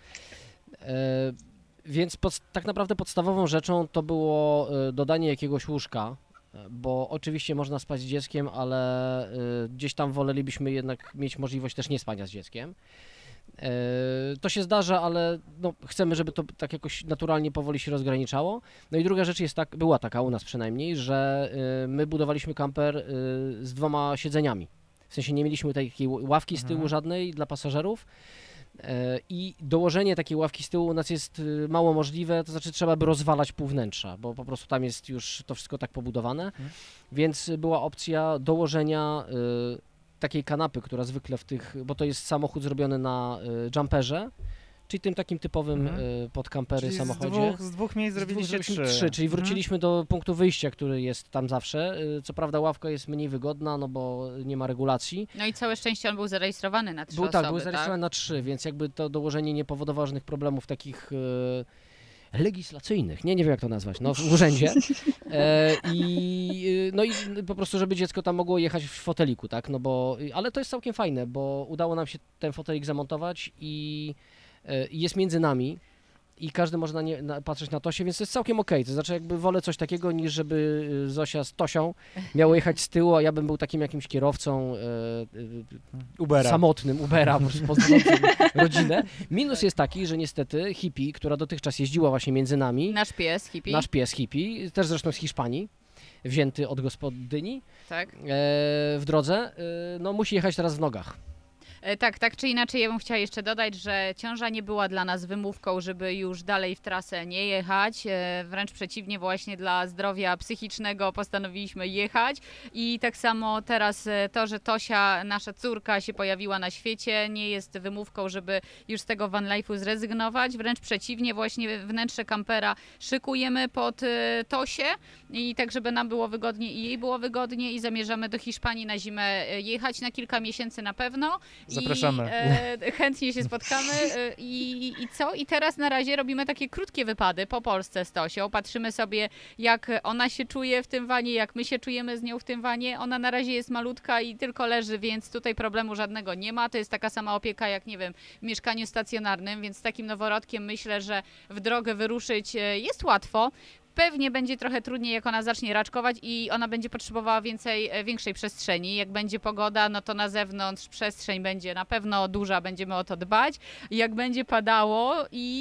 D: Więc tak naprawdę podstawową rzeczą to było dodanie jakiegoś łóżka, bo oczywiście można spać z dzieckiem, ale gdzieś tam wolelibyśmy jednak mieć możliwość też nie spania z dzieckiem. To się zdarza, ale no, chcemy, żeby to tak jakoś naturalnie powoli się rozgraniczało. No i druga rzecz jest była taka u nas przynajmniej, że my budowaliśmy kamper z 2 siedzeniami. W sensie nie mieliśmy takiej ławki z tyłu żadnej dla pasażerów. I dołożenie takiej ławki z tyłu u nas jest mało możliwe, to znaczy trzeba by rozwalać pół wnętrza, bo po prostu tam jest już to wszystko tak pobudowane, więc była opcja dołożenia takiej kanapy, która zwykle bo to jest samochód zrobiony na jumperze, czyli tym takim typowym pod kampery
A: Czyli
D: samochodzie.
A: Z dwóch miejsc zrobiliście
D: 3, czyli wróciliśmy do punktu wyjścia, który jest tam zawsze. Co prawda ławka jest mniej wygodna, no bo nie ma regulacji.
C: No i całe szczęście on był zarejestrowany na 3 osoby,
D: Tak, był zarejestrowany na 3, więc jakby to dołożenie nie powodowało żadnych problemów takich legislacyjnych, nie wiem jak to nazwać, no w urzędzie. No i po prostu, żeby dziecko tam mogło jechać w foteliku, tak, no bo, ale to jest całkiem fajne, bo udało nam się ten fotelik zamontować i jest między nami i każdy może patrzeć na Tosię, więc to jest całkiem okej. To znaczy jakby wolę coś takiego, niż żeby Zosia z Tosią miało jechać z tyłu, a ja bym był takim jakimś kierowcą samotnym, Ubera, po prostu pozdrowiącym rodzinę. Minus jest taki, że niestety Hippie, która dotychczas jeździła właśnie między nami,
C: Nasz pies Hippie,
D: też zresztą z Hiszpanii, wzięty od gospodyni
C: tak.
D: W drodze, no musi jechać teraz w nogach.
C: Tak czy inaczej, ja bym chciała jeszcze dodać, że ciąża nie była dla nas wymówką, żeby już dalej w trasę nie jechać. Wręcz przeciwnie, właśnie dla zdrowia psychicznego postanowiliśmy jechać. I tak samo teraz to, że Tosia, nasza córka, się pojawiła na świecie, nie jest wymówką, żeby już z tego van life'u zrezygnować. Wręcz przeciwnie, właśnie wnętrze kampera szykujemy pod Tosię i tak, żeby nam było wygodnie i jej było wygodnie i zamierzamy do Hiszpanii na zimę jechać na kilka miesięcy na pewno.
A: Zapraszamy.
C: Chętnie się spotkamy. I co? I teraz na razie robimy takie krótkie wypady po Polsce z Tosią. Patrzymy sobie, jak ona się czuje w tym wanie, jak my się czujemy z nią w tym wanie. Ona na razie jest malutka i tylko leży, więc tutaj problemu żadnego nie ma. To jest taka sama opieka jak, nie wiem, w mieszkaniu stacjonarnym, więc z takim noworodkiem myślę, że w drogę wyruszyć jest łatwo. Pewnie będzie trochę trudniej, jak ona zacznie raczkować i ona będzie potrzebowała większej przestrzeni. Jak będzie pogoda, no to na zewnątrz przestrzeń będzie na pewno duża, będziemy o to dbać. Jak będzie padało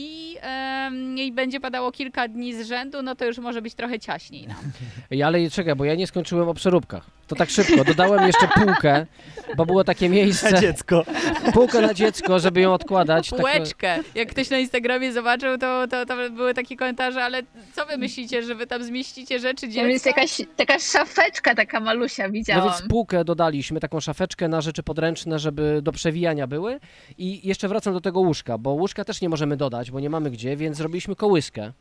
C: i będzie padało kilka dni z rzędu, no to już może być trochę ciaśniej nam.
D: Ale czekaj, bo ja nie skończyłem o przeróbkach. To tak szybko. Dodałem jeszcze półkę, bo było takie miejsce.
A: Na dziecko.
D: Półkę na dziecko, żeby ją odkładać.
C: Półeczkę. Jak ktoś na Instagramie zobaczył, to były takie komentarze, ale co wy myślicie, że wy tam zmieścicie rzeczy dziecka?
B: Tam jest jakaś taka szafeczka, taka malusia, widziałam.
D: No więc półkę dodaliśmy, taką szafeczkę na rzeczy podręczne, żeby do przewijania były. I jeszcze wracam do tego łóżka, bo łóżka też nie możemy dodać, bo nie mamy gdzie, więc zrobiliśmy kołyskę.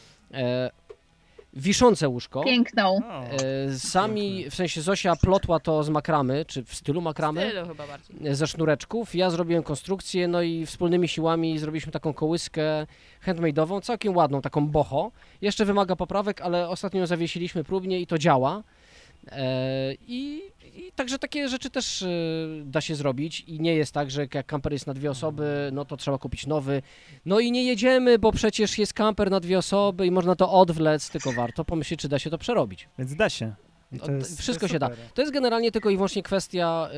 D: Wiszące łóżko.
B: Piękną.
D: Sami, w sensie Zosia plotła to z makramy, czy w stylu makramy.
C: W stylu chyba bardziej.
D: Ze sznureczków. Ja zrobiłem konstrukcję, no i wspólnymi siłami zrobiliśmy taką kołyskę handmade'ową, całkiem ładną, taką boho. Jeszcze wymaga poprawek, ale ostatnio ją zawiesiliśmy próbnie i to działa. I także takie rzeczy też da się zrobić i nie jest tak, że jak kamper jest na 2 osoby, no to trzeba kupić nowy. No i nie jedziemy, bo przecież jest kamper na 2 osoby i można to odwlec, tylko warto pomyśleć, czy da się to przerobić.
A: Więc da się.
D: Wszystko się da. To jest generalnie tylko i wyłącznie kwestia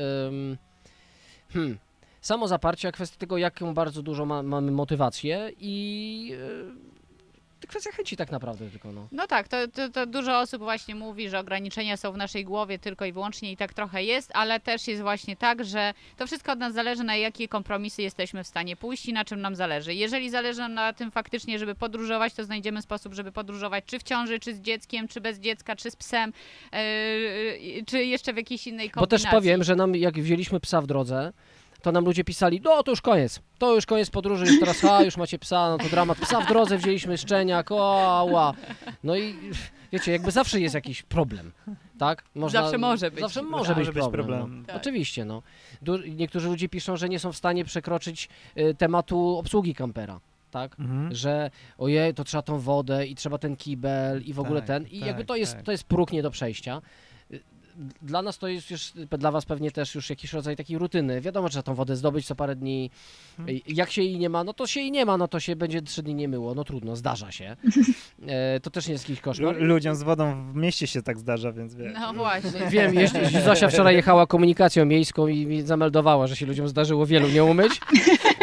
D: samozaparcia, kwestia tego, jaką bardzo dużo mamy motywację i kwestia chęci tak naprawdę tylko, no.
C: No tak, to dużo osób właśnie mówi, że ograniczenia są w naszej głowie tylko i wyłącznie i tak trochę jest, ale też jest właśnie tak, że to wszystko od nas zależy, na jakie kompromisy jesteśmy w stanie pójść i na czym nam zależy. Jeżeli zależy nam na tym faktycznie, żeby podróżować, to znajdziemy sposób, żeby podróżować czy w ciąży, czy z dzieckiem, czy bez dziecka, czy z psem, czy jeszcze w jakiejś innej kombinacji.
D: Bo też powiem, że nam jak wzięliśmy psa w drodze, to nam ludzie pisali, no to już koniec podróży, już teraz, już macie psa, no to dramat, psa w drodze wzięliśmy, szczeniak, ła. No i wiecie, jakby zawsze jest jakiś problem, tak?
C: Zawsze może być.
D: Zawsze może być problem. No.
C: Tak.
D: Oczywiście, no. Niektórzy ludzie piszą, że nie są w stanie przekroczyć tematu obsługi kampera. Tak? Że ojej, to trzeba tą wodę i trzeba ten kibel i w ogóle ten. I jakby to jest próg nie do przejścia. Dla nas to jest już, dla was pewnie też już jakiś rodzaj takiej rutyny. Wiadomo, że trzeba tą wodę zdobyć co parę dni. Jak się jej nie ma, no to się jej nie ma, no to się będzie 3 dni nie myło. No trudno, zdarza się. To też nie jest jakiś koszmar.
A: Ludziom z wodą w mieście się tak zdarza, więc wiesz.
C: No właśnie.
D: Wiem, Zosia wczoraj jechała komunikacją miejską i mi zameldowała, że się ludziom zdarzyło wielu nie umyć.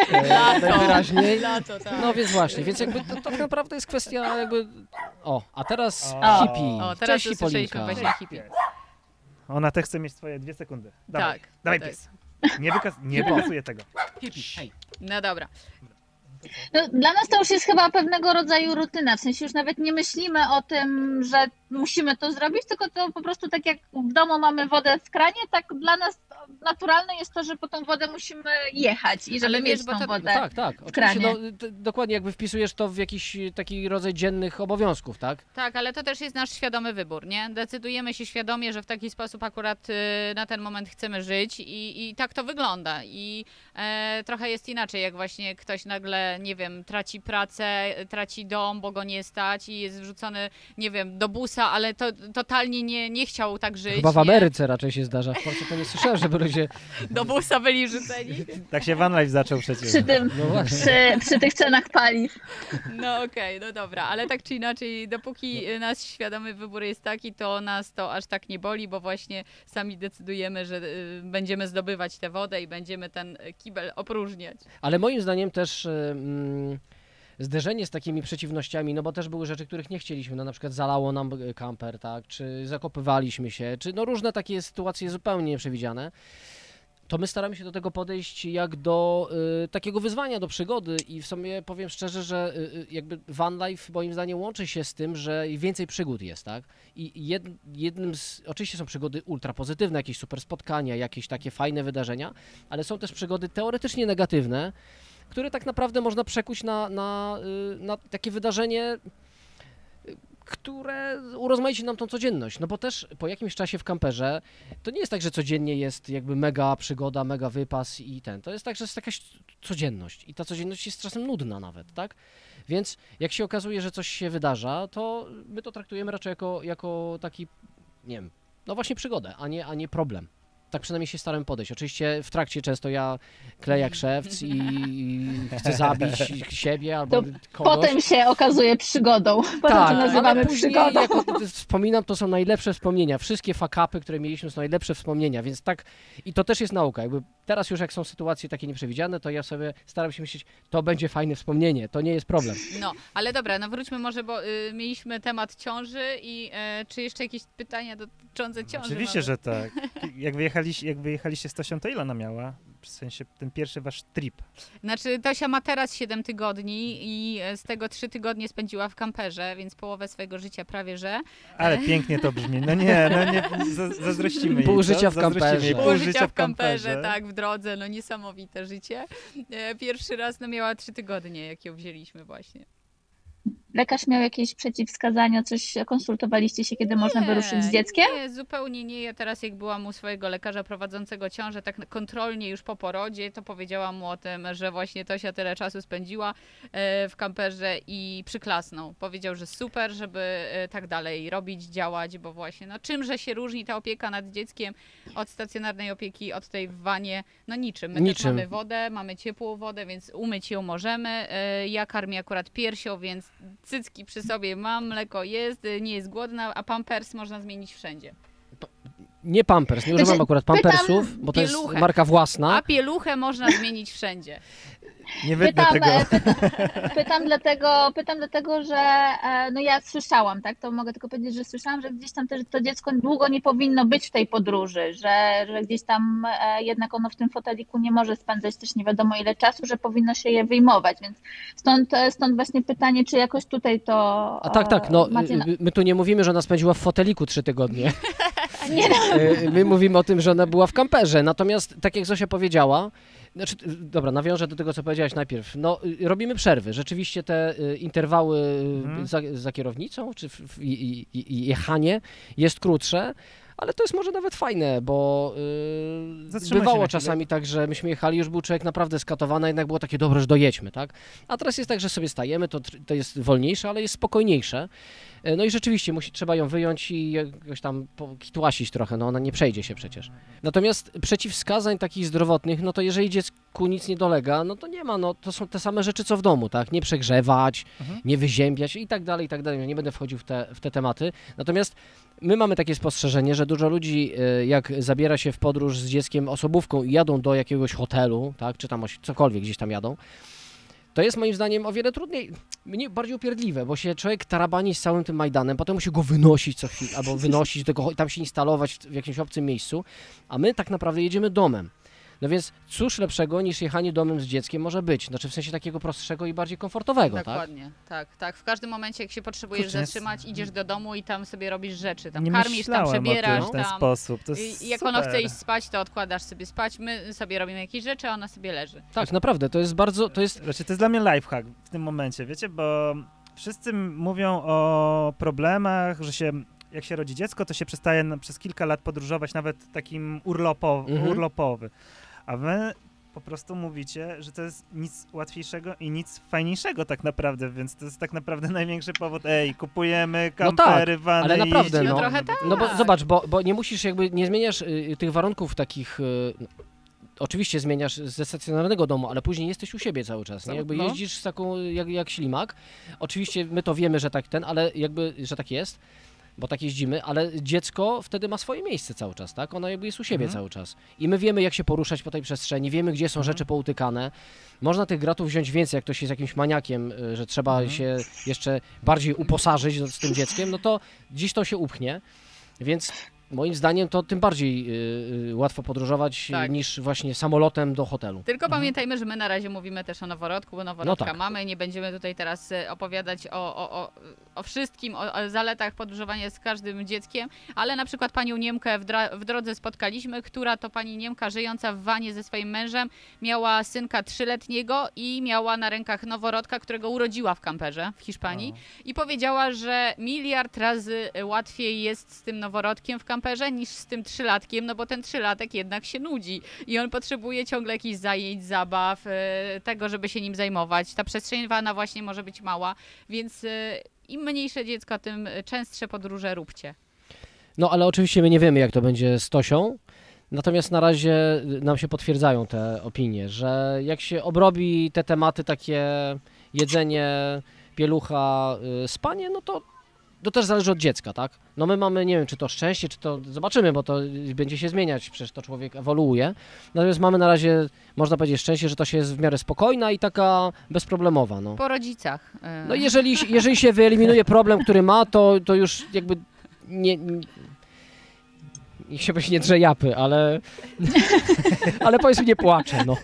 D: najwyraźniej.
C: Lato, tak.
D: No więc właśnie, więc jakby to tak naprawdę jest kwestia jakby... A teraz
A: O.
D: hippie.
C: O, teraz
D: Cześć
C: usłyszeliśmy
D: Hipolinka.
C: właśnie hippie.
A: Ona też chce mieć swoje 2 sekundy. Dawaj,
C: Tak.
A: dawaj
C: tak.
A: pies. Nie wykasuję tego.
D: Hippie, hej.
C: No dobra.
B: No, dla nas to już jest chyba pewnego rodzaju rutyna, w sensie już nawet nie myślimy o tym, że musimy to zrobić, tylko to po prostu tak jak w domu mamy wodę w kranie, tak dla nas naturalne jest to, że po tą wodę musimy jechać i żeby
C: Ale wiesz,
B: mieć
C: bo
B: tą
C: to-
B: wodę.
D: Tak, tak. Oczywiście,
B: kranie.
D: dokładnie jakby wpisujesz to w jakiś taki rodzaj dziennych obowiązków, tak?
C: Tak, ale to też jest nasz świadomy wybór, nie? Decydujemy się świadomie, że w taki sposób akurat na ten moment chcemy żyć i tak to wygląda. I trochę jest inaczej, jak właśnie ktoś nagle, nie wiem, traci pracę, traci dom, bo go nie stać i jest wrzucony, nie wiem, do busa, ale to totalnie nie chciał tak żyć.
D: Chyba w
C: nie?
D: Ameryce raczej się zdarza. W Polsce to nie słyszałem, żeby ludzie...
C: Do busa byli rzuceni.
A: Tak się van life zaczął przecież.
B: Przy tym,
D: No właśnie.
B: przy tych cenach paliw.
C: No okej, no dobra, ale tak czy inaczej, dopóki nasz świadomy wybór jest taki, to nas to aż tak nie boli, bo właśnie sami decydujemy, że będziemy zdobywać tę wodę i będziemy ten kibel opróżniać.
D: Ale moim zdaniem też zderzenie z takimi przeciwnościami, no bo też były rzeczy, których nie chcieliśmy, no na przykład zalało nam kamper, tak, czy zakopywaliśmy się, czy no różne takie sytuacje zupełnie nieprzewidziane. To my staramy się do tego podejść jak do takiego wyzwania, do przygody i w sumie powiem szczerze, że jakby van life moim zdaniem łączy się z tym, że więcej przygód jest, tak? I jednym z, oczywiście są przygody ultra pozytywne, jakieś super spotkania, jakieś takie fajne wydarzenia, ale są też przygody teoretycznie negatywne, które tak naprawdę można przekuć na takie wydarzenie, które urozmaici nam tą codzienność. No bo też po jakimś czasie w kamperze to nie jest tak, że codziennie jest jakby mega przygoda, mega wypas i ten. To jest tak, że jest jakaś codzienność i ta codzienność jest czasem nudna nawet, tak? Więc jak się okazuje, że coś się wydarza, to my to traktujemy raczej jako taki, nie wiem, no właśnie przygodę, a nie problem. Tak przynajmniej się staram podejść. Oczywiście w trakcie często ja kleję jak szewc i chcę zabić siebie albo
B: To
D: kogoś.
B: Potem się okazuje przygodą. Potem to
D: Tak,
B: nazywamy
D: ale później,
B: przygodą.
D: jak wspominam, to są najlepsze wspomnienia. Wszystkie fuck-upy, które mieliśmy, są najlepsze wspomnienia, więc tak, i to też jest nauka. Jakby teraz już jak są sytuacje takie nieprzewidziane, to ja sobie staram się myśleć, to będzie fajne wspomnienie, to nie jest problem.
C: No, ale dobra, no wróćmy może, bo mieliśmy temat ciąży i czy jeszcze jakieś pytania dotyczące ciąży
A: Oczywiście,
C: mamy?
A: że tak. Jak wyjechaliście z Tosią, to ile ona miała? W sensie ten pierwszy wasz trip.
C: Znaczy, Tosia ma teraz 7 tygodni i z tego 3 tygodnie spędziła w kamperze, więc połowę swojego życia prawie że.
A: Ale pięknie to brzmi. No nie, zazdrościmy jej.
D: Pół
A: co?
D: życia w
A: Zazdrościmy
D: kamperze.
A: jej.
C: Pół życia w kamperze, tak, w drodze, no niesamowite życie. Pierwszy raz no miała 3 tygodnie, jak ją wzięliśmy właśnie.
B: Lekarz miał jakieś przeciwwskazania, coś konsultowaliście się, kiedy można wyruszyć z dzieckiem?
C: Nie, zupełnie nie. Ja teraz jak byłam u swojego lekarza prowadzącego ciążę, tak kontrolnie już po porodzie, to powiedziałam mu o tym, że właśnie Tosia tyle czasu spędziła w kamperze i przyklasnął. Powiedział, że super, żeby tak dalej robić, działać, bo właśnie no czymże się różni ta opieka nad dzieckiem od stacjonarnej opieki, od tej w wanie? No niczym. My też mamy wodę, mamy ciepłą wodę, więc umyć ją możemy. Ja karmię akurat piersią, więc cycki przy sobie mam, mleko jest, nie jest głodna, a pampers można zmienić wszędzie.
D: Nie Pampers, nie używam akurat Pampersów, bo to jest
C: pieluchę.
D: marka własna.
C: A pieluchę można zmienić wszędzie.
A: Nie wytnę tego.
B: Pytam dlatego, że no ja słyszałam, tak, to mogę tylko powiedzieć, że słyszałam, że gdzieś tam też to dziecko długo nie powinno być w tej podróży, że gdzieś tam jednak ono w tym foteliku nie może spędzać też nie wiadomo ile czasu, że powinno się je wyjmować, więc stąd właśnie pytanie, czy jakoś tutaj to
D: A tak, no
B: macie
D: my tu nie mówimy, że ona spędziła w foteliku 3 tygodnie.
B: Nie, no.
D: My mówimy o tym, że ona była w kamperze, natomiast tak jak Zosia powiedziała, znaczy, dobra, nawiążę do tego, co powiedziałaś najpierw. No, robimy przerwy. Rzeczywiście te interwały za kierownicą, czy jechanie jest krótsze, ale to jest może nawet fajne, bo bywało czasami tak, że myśmy jechali, już był człowiek naprawdę skatowany, a jednak było takie, dobre, że dojedźmy, tak? A teraz jest tak, że sobie stajemy, to jest wolniejsze, ale jest spokojniejsze. No i rzeczywiście trzeba ją wyjąć i jakoś tam kitłasić trochę, no ona nie przejdzie się przecież. Natomiast przeciwwskazań takich zdrowotnych, no to jeżeli dziecku nic nie dolega, no to nie ma, no to są te same rzeczy co w domu, tak? Nie przegrzewać, nie wyziębiać i tak dalej, i tak dalej. Ja nie będę wchodził w te tematy. Natomiast My mamy takie spostrzeżenie, że dużo ludzi, jak zabiera się w podróż z dzieckiem osobówką i jadą do jakiegoś hotelu, tak, czy tam cokolwiek gdzieś tam jadą, to jest moim zdaniem o wiele trudniej, bardziej upierdliwe, bo się człowiek tarabani z całym tym Majdanem, potem musi go wynosić co chwilę, albo wynosić do tego, tam się instalować w jakimś obcym miejscu, a my tak naprawdę jedziemy domem. No więc cóż lepszego niż jechanie domem z dzieckiem może być, znaczy w sensie takiego prostszego i bardziej komfortowego,
C: Dokładnie, tak. W każdym momencie, jak się potrzebujesz
A: Kurczę,
C: zatrzymać, idziesz do domu i tam sobie robisz rzeczy, tam
A: Nie
C: karmisz, tam
A: myślałem
C: przebierasz,
A: o tym w ten
C: tam...
A: sposób. To jest
C: I jak
A: super.
C: ono chce iść spać, to odkładasz sobie spać, my sobie robimy jakieś rzeczy, a ona sobie leży.
D: Tak, naprawdę, to jest bardzo, to jest...
A: Znaczy, to jest dla mnie lifehack w tym momencie, wiecie, bo wszyscy mówią o problemach, że jak się rodzi dziecko, to się przestaje przez kilka lat podróżować, nawet takim urlopowy. A wy po prostu mówicie, że to jest nic łatwiejszego i nic fajniejszego tak naprawdę, więc to jest tak naprawdę największy powód. Kupujemy kampery, wany
D: ale naprawdę,
A: i
C: no trochę tak.
D: No bo zobacz, bo nie musisz nie zmieniasz tych warunków takich... Oczywiście zmieniasz ze stacjonarnego domu, ale później jesteś u siebie cały czas, nie? Jakby jeździsz z taką, jak ślimak. Oczywiście my to wiemy, że ale że tak jest, bo tak jeździmy, ale dziecko wtedy ma swoje miejsce cały czas, tak? Ono jakby jest u siebie cały czas. I my wiemy, jak się poruszać po tej przestrzeni, wiemy, gdzie są rzeczy poutykane. Można tych gratów wziąć więcej, jak ktoś jest jakimś maniakiem, że trzeba się jeszcze bardziej uposażyć z tym dzieckiem, no to gdzieś to się upchnie, więc... Moim zdaniem to tym bardziej łatwo podróżować niż właśnie samolotem do hotelu.
C: Tylko pamiętajmy, że my na razie mówimy też o noworodku, bo noworodka
D: tak.
C: mamy. Nie będziemy tutaj teraz opowiadać o wszystkim, o zaletach podróżowania z każdym dzieckiem, ale na przykład panią Niemkę w drodze spotkaliśmy, która to pani Niemka żyjąca w wanie ze swoim mężem miała synka 3-letniego i miała na rękach noworodka, którego urodziła w kamperze w Hiszpanii i powiedziała, że 1 miliard razy łatwiej jest z tym noworodkiem w kamperze niż z tym 3-latkiem, no bo ten 3-latek jednak się nudzi i on potrzebuje ciągle jakichś zajęć, zabaw, tego, żeby się nim zajmować. Ta przestrzeń wana właśnie może być mała, więc im mniejsze dziecko, tym częstsze podróże róbcie.
D: No ale oczywiście my nie wiemy, jak to będzie z Tosią, natomiast na razie nam się potwierdzają te opinie, że jak się obrobi te tematy takie jedzenie, pielucha, spanie, no to też zależy od dziecka, tak? No my mamy, nie wiem, czy to szczęście, czy to zobaczymy, bo to będzie się zmieniać, przecież to człowiek ewoluuje. Natomiast mamy na razie, można powiedzieć, szczęście, że to się jest w miarę spokojna i taka bezproblemowa, no.
C: Po rodzicach.
D: No jeżeli się wyeliminuje problem, który ma, to już jakby niech się nie drze japy, ale powiedzmy nie płacze, no.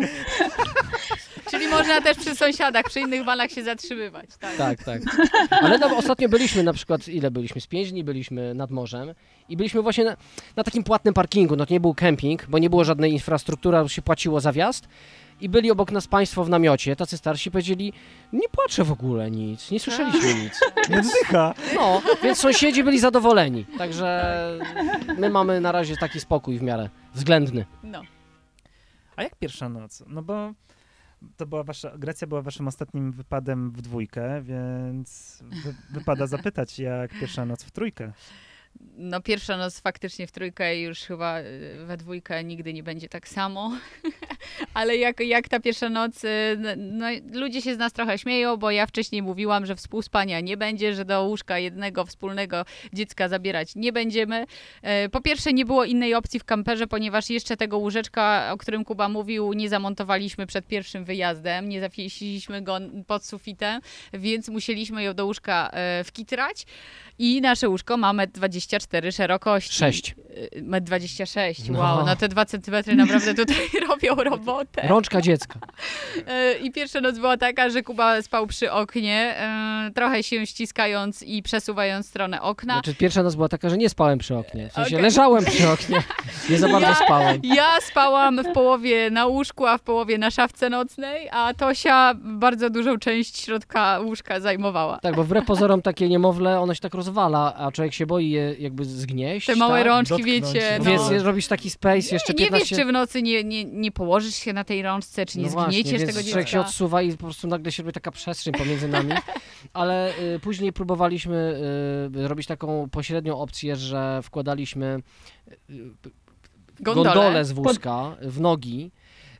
C: Czyli można też przy sąsiadach, przy innych vanach się zatrzymywać.
D: Tak. Ale ostatnio byliśmy na przykład, z 5 dni byliśmy nad morzem i byliśmy właśnie na takim płatnym parkingu, no to nie był kemping, bo nie było żadnej infrastruktury, się płaciło za wjazd i byli obok nas państwo w namiocie, tacy starsi powiedzieli, nie płaczę w ogóle nic, nie słyszeliśmy nic.
A: Nie wzdycha.
D: No, więc sąsiedzi byli zadowoleni, także my mamy na razie taki spokój w miarę względny.
C: No.
A: A jak pierwsza noc? No bo to była Grecja była waszym ostatnim wypadem w dwójkę, więc wypada zapytać, jak pierwsza noc w trójkę.
C: No pierwsza noc faktycznie w trójkę już chyba we dwójkę nigdy nie będzie tak samo, ale jak ta pierwsza noc, no ludzie się z nas trochę śmieją, bo ja wcześniej mówiłam, że współspania nie będzie, że do łóżka jednego wspólnego dziecka zabierać nie będziemy. Po pierwsze nie było innej opcji w kamperze, ponieważ jeszcze tego łóżeczka, o którym Kuba mówił, nie zamontowaliśmy przed pierwszym wyjazdem, nie zawiesiliśmy go pod sufitem, więc musieliśmy ją do łóżka wkitrać i nasze łóżko ma 1,24 m szerokości.
D: 6.
C: 1,26 m, wow, no te 2 centymetry naprawdę tutaj robią robotę.
D: Rączka dziecka.
C: I pierwsza noc była taka, że Kuba spał przy oknie, trochę się ściskając i przesuwając stronę okna.
D: Znaczy pierwsza noc była taka, że nie spałem przy oknie, w sensie leżałem przy oknie, nie za bardzo spałem.
C: Ja spałam w połowie na łóżku, a w połowie na szafce nocnej, a Tosia bardzo dużą część środka łóżka zajmowała.
D: Tak, bo wbrew pozorom takie niemowlę, ono się tak rozwala, a człowiek się boi je jakby zgnieść.
C: Te małe rączki,
A: dotknąć,
C: wiecie.
D: Więc robisz taki space jeszcze 15...
C: Nie wiesz, czy w nocy nie położysz się na tej rączce, czy nie zgnieciesz tego dziecka.
D: Człowiek się odsuwa i po prostu nagle się robi taka przestrzeń pomiędzy nami. Ale później próbowaliśmy robić taką pośrednią opcję, że wkładaliśmy gondolę z wózka w nogi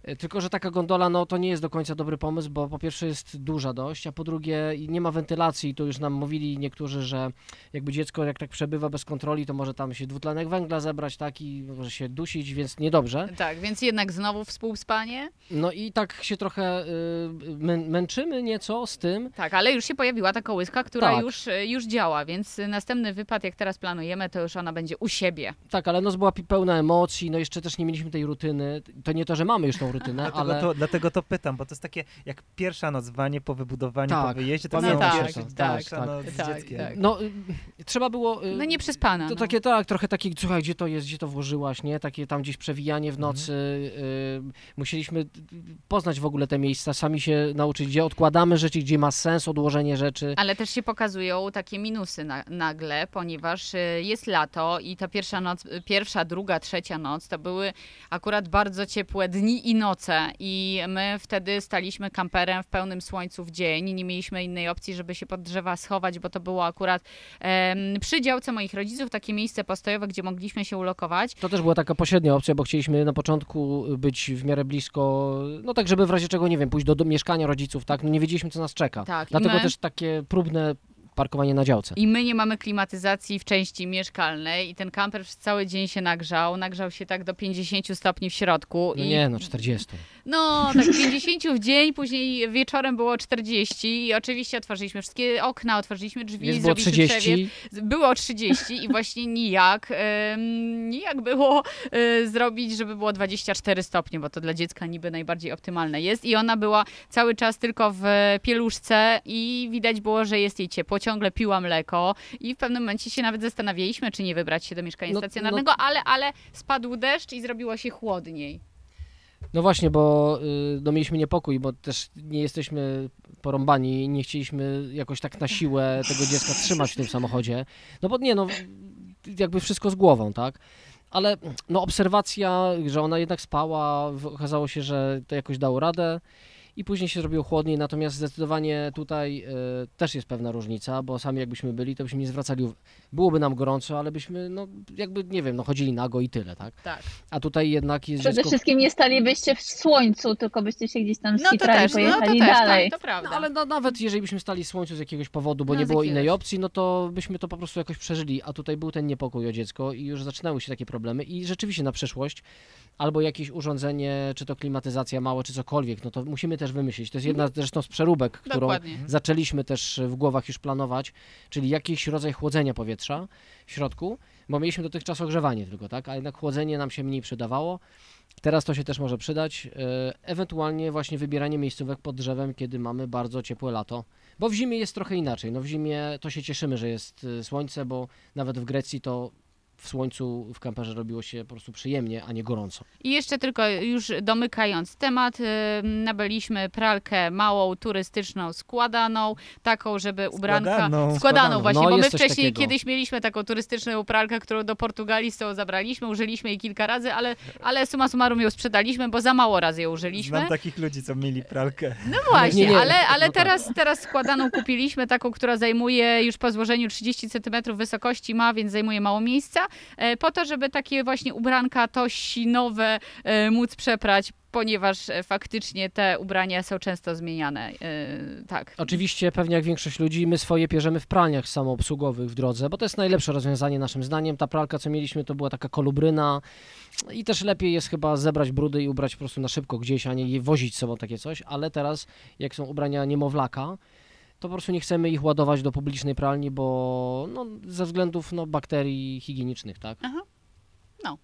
D: Tylko że taka gondola, no to nie jest do końca dobry pomysł, bo po pierwsze jest duża dość, a po drugie nie ma wentylacji. To już nam mówili niektórzy, że jakby dziecko jak tak przebywa bez kontroli, to może tam się dwutlenek węgla zebrać, tak, i może się dusić, więc niedobrze.
C: Tak, więc jednak znowu współspanie.
D: No i tak się trochę męczymy nieco z tym.
C: Tak, ale już się pojawiła ta kołyska, która
D: Tak.
C: już działa, więc następny wypad, jak teraz planujemy, to już ona będzie u siebie.
D: Tak, ale noc była pełna emocji, no jeszcze też nie mieliśmy tej rutyny. To nie to, że mamy już tą rutynę, ale...
A: Dlatego to pytam, bo to jest takie jak pierwsza noc w wanie po wybudowaniu,
D: Tak,
A: po wyjeździe, to
D: pamiętam
A: samo
C: tak,
A: pierwsza,
C: tak,
A: pierwsza
D: tak,
A: noc z
C: tak,
A: dzieckiem.
C: tak.
D: No, trzeba było...
C: No nieprzespana.
D: To
C: no.
D: takie, tak, trochę takie, słuchaj, gdzie to jest, gdzie to włożyłaś, nie? Takie tam gdzieś przewijanie w nocy. Musieliśmy poznać w ogóle te miejsca, sami się nauczyć, gdzie odkładamy rzeczy, gdzie ma sens odłożenie rzeczy.
C: Ale też się pokazują takie minusy nagle, ponieważ jest lato i ta pierwsza noc, pierwsza, druga, trzecia noc to były akurat bardzo ciepłe dni i noce i my wtedy staliśmy kamperem w pełnym słońcu w dzień. Nie mieliśmy innej opcji, żeby się pod drzewa schować, bo to było akurat przy działce moich rodziców takie miejsce postojowe, gdzie mogliśmy się ulokować.
D: To też była taka pośrednia opcja, bo chcieliśmy na początku być w miarę blisko, no tak, żeby w razie czego, nie wiem, pójść do mieszkania rodziców, tak? No nie wiedzieliśmy, co nas czeka.
C: Tak,
D: Dlatego też takie próbne parkowanie na działce.
C: I my nie mamy klimatyzacji w części mieszkalnej i ten kamper przez cały dzień się nagrzał się tak do 50 stopni w środku.
D: No
C: i
D: nie, no 40.
C: No, tak 50 w dzień, później wieczorem było 40 i oczywiście otworzyliśmy wszystkie okna, otworzyliśmy drzwi,
D: Więc było
C: zrobiliśmy
D: 30.
C: przewiew. Było 30 i właśnie nijak było zrobić, żeby było 24 stopnie, bo to dla dziecka niby najbardziej optymalne jest i ona była cały czas tylko w pieluszce i widać było, że jest jej ciepło, ciągle piła mleko i w pewnym momencie się nawet zastanawialiśmy, czy nie wybrać się do mieszkania stacjonarnego, ale spadł deszcz i zrobiło się chłodniej.
D: No właśnie, bo no, mieliśmy niepokój, bo też nie jesteśmy porąbani i nie chcieliśmy jakoś tak na siłę tego dziecka trzymać w tym samochodzie. No bo nie, no jakby wszystko z głową, tak? Ale no obserwacja, że ona jednak spała, okazało się, że to jakoś dało radę. I później się zrobiło chłodniej, natomiast zdecydowanie tutaj też jest pewna różnica, bo sami jakbyśmy byli, to byśmy nie zwracali, byłoby nam gorąco, ale byśmy, no jakby, nie wiem, no chodzili nago i tyle, tak?
C: Tak.
D: A tutaj jednak jest
B: Przede
D: dziecko...
B: wszystkim nie stalibyście w słońcu, tylko byście się gdzieś tam
C: No to
B: skitrali,
C: też,
B: pojechali dalej.
C: tak, to prawda.
D: No ale nawet jeżeli byśmy stali w słońcu z jakiegoś powodu, bo
C: No,
D: nie
C: z
D: było
C: jakiegoś.
D: innej opcji, no to byśmy to po prostu jakoś przeżyli, a tutaj był ten niepokój o dziecko i już zaczynały się takie problemy i rzeczywiście na przyszłość albo jakieś urządzenie, czy to klimatyzacja mała, czy cokolwiek, no to musimy też wymyślić. To jest jedna zresztą z przeróbek, którą
C: Dokładnie.
D: zaczęliśmy też w głowach już planować, czyli jakiś rodzaj chłodzenia powietrza w środku, bo mieliśmy dotychczas ogrzewanie tylko, tak, a jednak chłodzenie nam się mniej przydawało. Teraz to się też może przydać, ewentualnie właśnie wybieranie miejscówek pod drzewem, kiedy mamy bardzo ciepłe lato, bo w zimie jest trochę inaczej. No w zimie to się cieszymy, że jest słońce, bo nawet w Grecji to w słońcu w kamperze robiło się po prostu przyjemnie, a nie gorąco.
C: I jeszcze tylko już domykając temat, nabyliśmy pralkę małą, turystyczną, składaną, taką, żeby ubranka... Składaną właśnie,
D: No,
C: bo my
D: jest coś
C: wcześniej
D: takiego.
C: kiedyś mieliśmy taką turystyczną pralkę, którą do Portugalii z sobą zabraliśmy, użyliśmy jej kilka razy, ale summa summarum ją sprzedaliśmy, bo za mało razy ją użyliśmy.
A: Znam takich ludzi, co mieli pralkę.
C: No właśnie,
D: Nie,
C: ale
D: no tak.
C: teraz składaną kupiliśmy, taką, która zajmuje już po złożeniu 30 cm wysokości ma, więc zajmuje mało miejsca, po to, żeby takie właśnie ubranka tościnowe móc przeprać, ponieważ faktycznie te ubrania są często zmieniane. Tak.
D: Oczywiście, pewnie jak większość ludzi, my swoje pierzemy w pralniach samoobsługowych w drodze, bo to jest najlepsze rozwiązanie naszym zdaniem. Ta pralka, co mieliśmy, to była taka kolubryna i też lepiej jest chyba zebrać brudy i ubrać po prostu na szybko gdzieś, a nie je wozić z sobą takie coś, ale teraz, jak są ubrania niemowlaka, to po prostu nie chcemy ich ładować do publicznej pralni, bo no, ze względów bakterii higienicznych, tak?
C: Aha. No.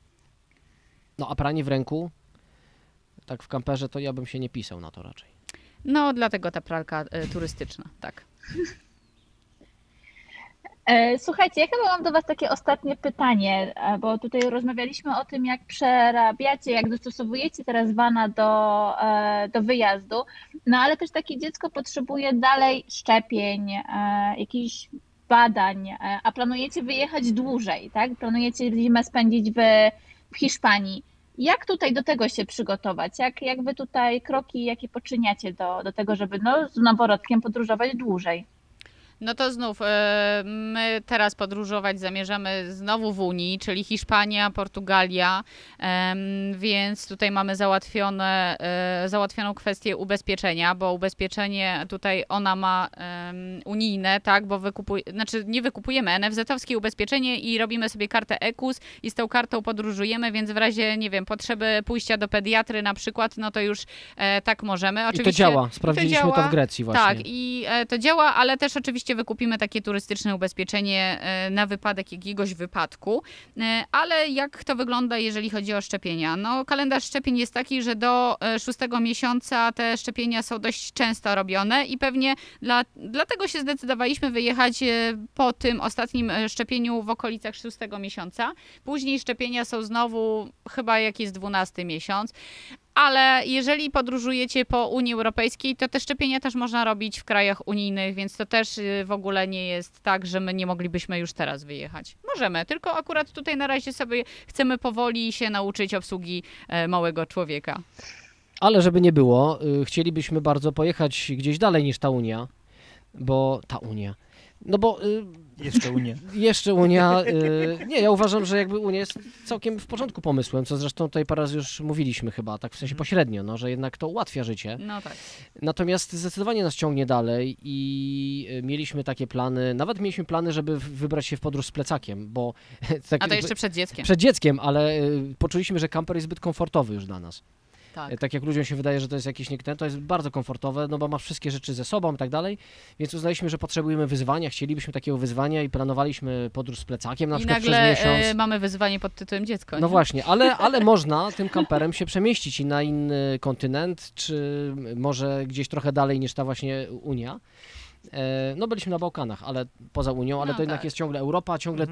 D: No a pranie w ręku, tak w kamperze, to ja bym się nie pisał na to raczej.
C: No, dlatego ta pralka turystyczna, tak.
B: Słuchajcie, ja chyba mam do Was takie ostatnie pytanie, bo tutaj rozmawialiśmy o tym, jak przerabiacie, jak dostosowujecie teraz vana do wyjazdu, no ale też takie dziecko potrzebuje dalej szczepień, jakichś badań, a planujecie wyjechać dłużej, tak? Planujecie zimę spędzić w Hiszpanii. Jak tutaj do tego się przygotować? Jak Wy tutaj kroki, jakie poczyniacie do tego, żeby z noworodkiem podróżować dłużej?
C: No to znów, my teraz podróżować zamierzamy znowu w Unii, czyli Hiszpania, Portugalia, więc tutaj mamy załatwioną kwestię ubezpieczenia, bo ubezpieczenie tutaj ona ma unijne, tak, bo nie wykupujemy NFZ-owskie ubezpieczenie i robimy sobie kartę EKUS i z tą kartą podróżujemy, więc w razie, nie wiem, potrzeby pójścia do pediatry na przykład, no to już tak możemy.
D: Oczywiście, i to działa, sprawdziliśmy to w Grecji właśnie.
C: Tak, i to działa, ale też oczywiście wykupimy takie turystyczne ubezpieczenie na wypadek jakiegoś wypadku. Ale jak to wygląda, jeżeli chodzi o szczepienia? No, kalendarz szczepień jest taki, że do 6 miesiąca te szczepienia są dość często robione i pewnie dlatego się zdecydowaliśmy wyjechać po tym ostatnim szczepieniu w okolicach 6 miesiąca. Później szczepienia są znowu chyba jak jest 12 miesiąc. Ale jeżeli podróżujecie po Unii Europejskiej, to te szczepienia też można robić w krajach unijnych, więc to też w ogóle nie jest tak, że my nie moglibyśmy już teraz wyjechać. Możemy, tylko akurat tutaj na razie sobie chcemy powoli się nauczyć obsługi małego człowieka.
D: Ale żeby nie było, chcielibyśmy bardzo pojechać gdzieś dalej niż ta Unia, bo ta Unia. No bo...
A: Jeszcze Unia.
D: Jeszcze Unia. Nie, ja uważam, że jakby Unia jest całkiem w porządku pomysłem, co zresztą tutaj parę razy już mówiliśmy chyba, tak w sensie pośrednio, no, że jednak to ułatwia życie.
C: No tak.
D: Natomiast zdecydowanie nas ciągnie dalej i mieliśmy takie plany, nawet mieliśmy plany, żeby wybrać się w podróż z plecakiem, bo... Tak,
C: a to jeszcze przed dzieckiem.
D: Przed dzieckiem, ale poczuliśmy, że kamper jest zbyt komfortowy już dla nas. Tak jak ludziom się wydaje, że to jest jakieś niektóre, to jest bardzo komfortowe, no bo masz wszystkie rzeczy ze sobą i tak dalej, więc uznaliśmy, że potrzebujemy wyzwania, chcielibyśmy takiego wyzwania i planowaliśmy podróż z plecakiem na przykład przez miesiąc.
C: Mamy wyzwanie pod tytułem dziecko.
D: No właśnie, ale można tym kamperem się przemieścić i na inny kontynent, czy może gdzieś trochę dalej niż ta właśnie Unia. No byliśmy na Bałkanach, ale poza Unią, ale to jednak jest ciągle Europa, ciągle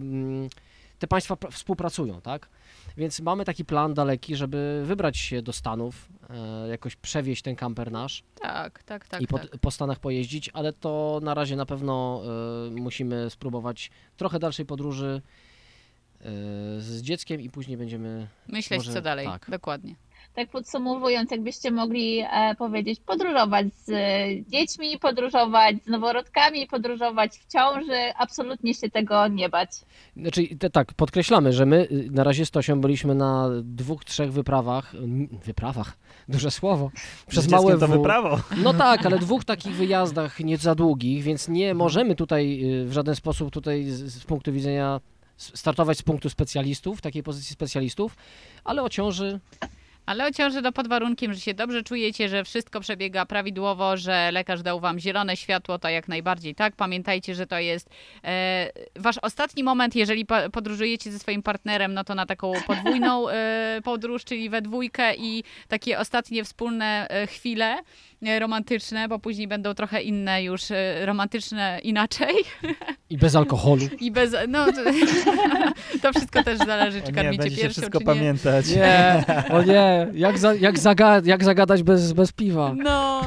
D: te państwa współpracują, tak? Więc mamy taki plan daleki, żeby wybrać się do Stanów, jakoś przewieźć ten kamper nasz.
C: Tak.
D: I po Stanach pojeździć, ale to na razie na pewno musimy spróbować trochę dalszej podróży z dzieckiem i później będziemy...
C: myśleć co dalej, dokładnie.
B: Tak podsumowując, jakbyście mogli powiedzieć, podróżować z dziećmi, podróżować z noworodkami, podróżować w ciąży, absolutnie się tego nie bać.
D: Znaczy, tak, podkreślamy, że my na razie z Tosią byliśmy na 2-3 wyprawach, duże słowo, przez małe
A: to wyprawo.
D: No tak, ale 2 takich wyjazdach nie za długich, więc nie możemy tutaj w żaden sposób tutaj z punktu widzenia startować z punktu specjalistów, takiej pozycji specjalistów, ale o ciąży
C: pod warunkiem, że się dobrze czujecie, że wszystko przebiega prawidłowo, że lekarz dał wam zielone światło, to jak najbardziej tak. Pamiętajcie, że to jest wasz ostatni moment, jeżeli podróżujecie ze swoim partnerem, no to na taką podwójną podróż, czyli we dwójkę i takie ostatnie wspólne chwile romantyczne, bo później będą trochę inne już romantyczne inaczej.
D: I bez alkoholu.
C: I bez, no to wszystko też zależy, czy karmicie piersią,
A: wszystko
C: czy
A: pamiętać.
D: Nie, o nie, jak zagadać bez piwa.
C: No,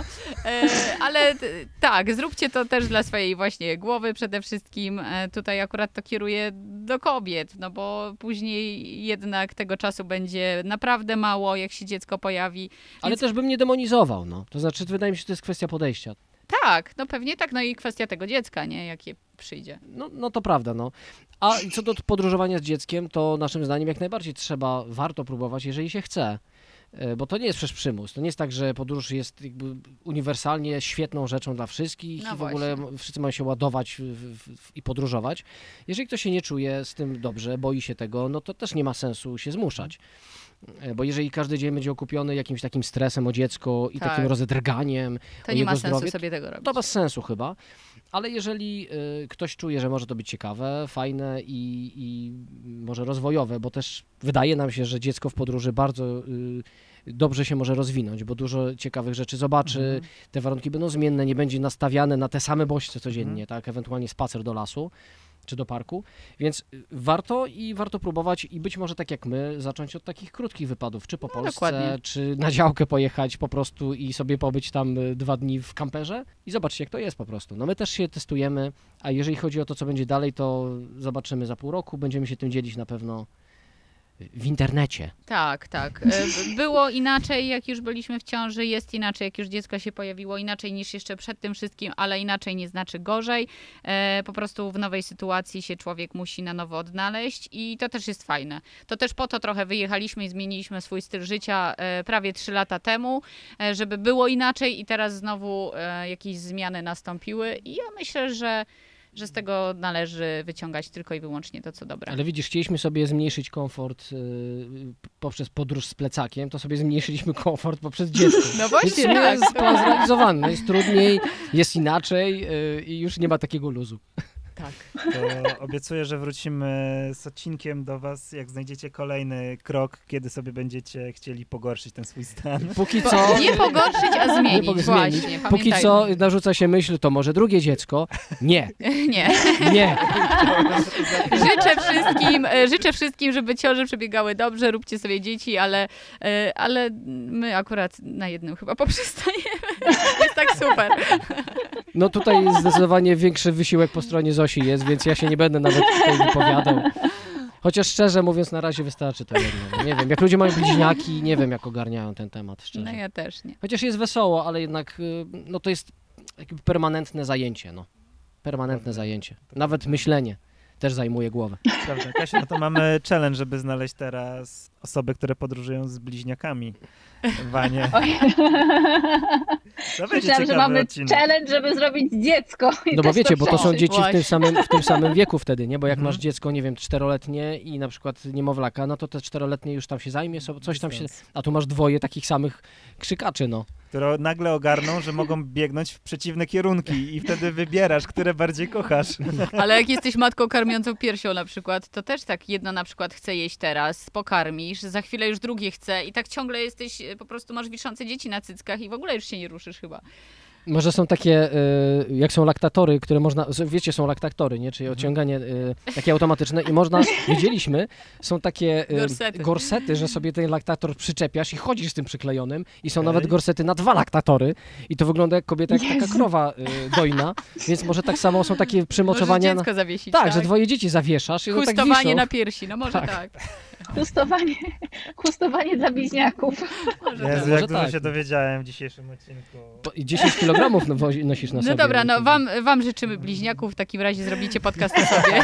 C: ale tak, zróbcie to też dla swojej właśnie głowy przede wszystkim. Tutaj akurat to kieruję do kobiet, no bo później jednak tego czasu będzie naprawdę mało, jak się dziecko pojawi.
D: Ale też bym nie demonizował, no. To znaczy, wydaje mi się, że to jest kwestia podejścia.
C: Tak, no pewnie tak, no i kwestia tego dziecka, nie, jakie przyjdzie.
D: No to prawda, no. A co do podróżowania z dzieckiem, to naszym zdaniem jak najbardziej warto próbować, jeżeli się chce. Bo to nie jest przez przymus. To nie jest tak, że podróż jest jakby uniwersalnie świetną rzeczą dla wszystkich i w ogóle wszyscy mają się ładować i podróżować. Jeżeli ktoś się nie czuje z tym dobrze, boi się tego, no to też nie ma sensu się zmuszać. Bo jeżeli każdy dzień będzie okupiony jakimś takim stresem o dziecko i takim rozedrganiem
C: to
D: o
C: nie
D: jego
C: ma
D: zdrowie,
C: sensu sobie tego robić.
D: To bez sensu chyba. Ale jeżeli ktoś czuje, że może to być ciekawe, fajne i może rozwojowe, bo też wydaje nam się, że dziecko w podróży bardzo dobrze się może rozwinąć, bo dużo ciekawych rzeczy zobaczy, te warunki będą zmienne, nie będzie nastawiane na te same bodźce codziennie, tak, ewentualnie spacer do lasu czy do parku, więc warto próbować i być może tak jak my, zacząć od takich krótkich wypadów, czy po Polsce,
C: dokładnie.
D: czy na działkę pojechać po prostu i sobie pobyć tam 2 dni w kamperze i zobaczcie, jak to jest po prostu. No my też się testujemy, a jeżeli chodzi o to, co będzie dalej, to zobaczymy za pół roku, będziemy się tym dzielić na pewno w internecie.
C: Tak, tak. Było inaczej, jak już byliśmy w ciąży, jest inaczej, jak już dziecko się pojawiło, inaczej niż jeszcze przed tym wszystkim, ale inaczej nie znaczy gorzej. Po prostu w nowej sytuacji się człowiek musi na nowo odnaleźć i to też jest fajne. To też po to trochę wyjechaliśmy i zmieniliśmy swój styl życia prawie 3 lata temu, żeby było inaczej i teraz znowu jakieś zmiany nastąpiły i ja myślę, że z tego należy wyciągać tylko i wyłącznie to, co dobre.
D: Ale widzisz, chcieliśmy sobie zmniejszyć komfort poprzez podróż z plecakiem, to sobie zmniejszyliśmy komfort poprzez dziecko.
C: No właśnie,
D: Więc
C: tak.
D: jest plan zrealizowany. No jest trudniej, jest inaczej i już nie ma takiego luzu.
C: Tak.
A: To obiecuję, że wrócimy z odcinkiem do was, jak znajdziecie kolejny krok, kiedy sobie będziecie chcieli pogorszyć ten swój stan.
D: Póki co...
C: Nie pogorszyć, a zmienić.
D: zmienić.
C: Właśnie,
D: Póki
C: pamiętajmy.
D: co narzuca się myśl, to może drugie dziecko. Nie,
C: Nie.
D: nie.
C: Życzę wszystkim, żeby ciąże przebiegały dobrze, róbcie sobie dzieci, ale my akurat na jednym chyba poprzestajemy. Jest tak super.
D: No tutaj zdecydowanie większy wysiłek po stronie Zosi jest, więc ja się nie będę nawet tutaj wypowiadał. Chociaż szczerze mówiąc, na razie wystarczy to jedno. Nie wiem, jak ludzie mają bliźniaki, nie wiem, jak ogarniają ten temat, szczerze.
C: No ja też nie.
D: Chociaż jest wesoło, ale jednak no to jest jakby permanentne zajęcie, no. Permanentne zajęcie. Nawet myślenie też zajmuje głowę.
A: Prawda, Kasiu, no to mamy challenge, żeby znaleźć teraz osoby, które podróżują z bliźniakami. Wanie. To będzie
B: Myślałam, że
A: ciekawy
B: mamy
A: odcinek.
B: challenge, żeby zrobić dziecko. I
D: No bo
B: też
D: wiecie, bo to są
B: przeżyć.
D: dzieci w tym samym wieku wtedy, nie? Bo jak
A: Mhm.
D: masz dziecko, nie wiem, 4-letnie i na przykład niemowlaka, no to te 4-letnie już tam się zajmie, coś tam się... A tu masz 2 takich samych krzykaczy, no.
A: Które nagle ogarną, że mogą biegnąć w przeciwne kierunki i wtedy wybierasz, które bardziej kochasz.
C: Ale jak jesteś matką karmiącą piersią na przykład, to też tak jedno na przykład chce jeść teraz, pokarmisz, za chwilę już drugie chce i tak ciągle jesteś, po prostu masz wiszące dzieci na cyckach i w ogóle już się nie ruszysz chyba.
D: Może są takie, jak są laktatory, które można, wiecie, są laktatory, nie? Czyli odciąganie takie automatyczne i można, widzieliśmy, są takie gorsety, że sobie ten laktator przyczepiasz i chodzisz z tym przyklejonym i są nawet gorsety na 2 laktatory i to wygląda jak kobieta, jak taka krowa dojna, więc może tak samo są takie przymocowania.
C: Możesz dziecko zawiesić,
D: tak, że 2 dzieci zawieszasz i one tak
C: Chustowanie
D: wiszą.
C: na piersi, no może tak.
B: Chustowanie dla bliźniaków.
A: Jezu,
D: Może
A: jak dużo
D: tak.
A: się dowiedziałem w dzisiejszym odcinku.
D: 10 kg nosisz na sobie.
C: No dobra, no wam życzymy bliźniaków, w takim razie zrobicie podcast o sobie.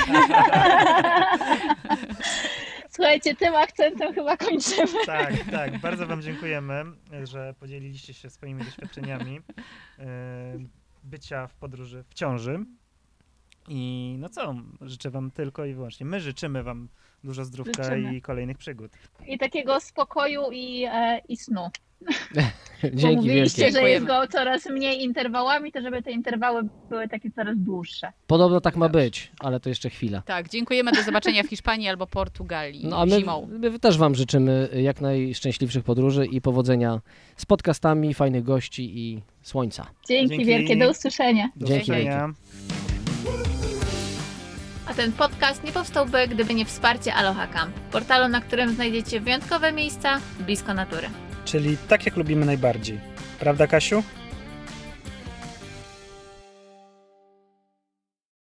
B: Słuchajcie, tym akcentem chyba kończymy.
A: Tak. Bardzo wam dziękujemy, że podzieliliście się swoimi doświadczeniami bycia w podróży w ciąży. I no co, życzę wam tylko i wyłącznie. My życzymy wam dużo zdrówka
B: Życzymy.
A: i kolejnych przygód.
B: I takiego spokoju i snu. Bo
D: Dzięki
B: mówiliście,
D: wielkie.
B: że jest go coraz mniej interwałami, to żeby te interwały były takie coraz dłuższe.
D: Podobno tak ma być, ale to jeszcze chwila.
C: Tak, dziękujemy, do zobaczenia w Hiszpanii albo Portugalii
D: No a my
C: zimą.
D: też wam życzymy jak najszczęśliwszych podróży i powodzenia z podcastami, fajnych gości i słońca.
B: Dzięki wielkie, do usłyszenia.
A: Do
D: Dzięki
A: usłyszenia.
E: A ten podcast nie powstałby, gdyby nie wsparcie Aloha Camp, portalu, na którym znajdziecie wyjątkowe miejsca blisko natury.
F: Czyli tak jak lubimy najbardziej. Prawda, Kasiu?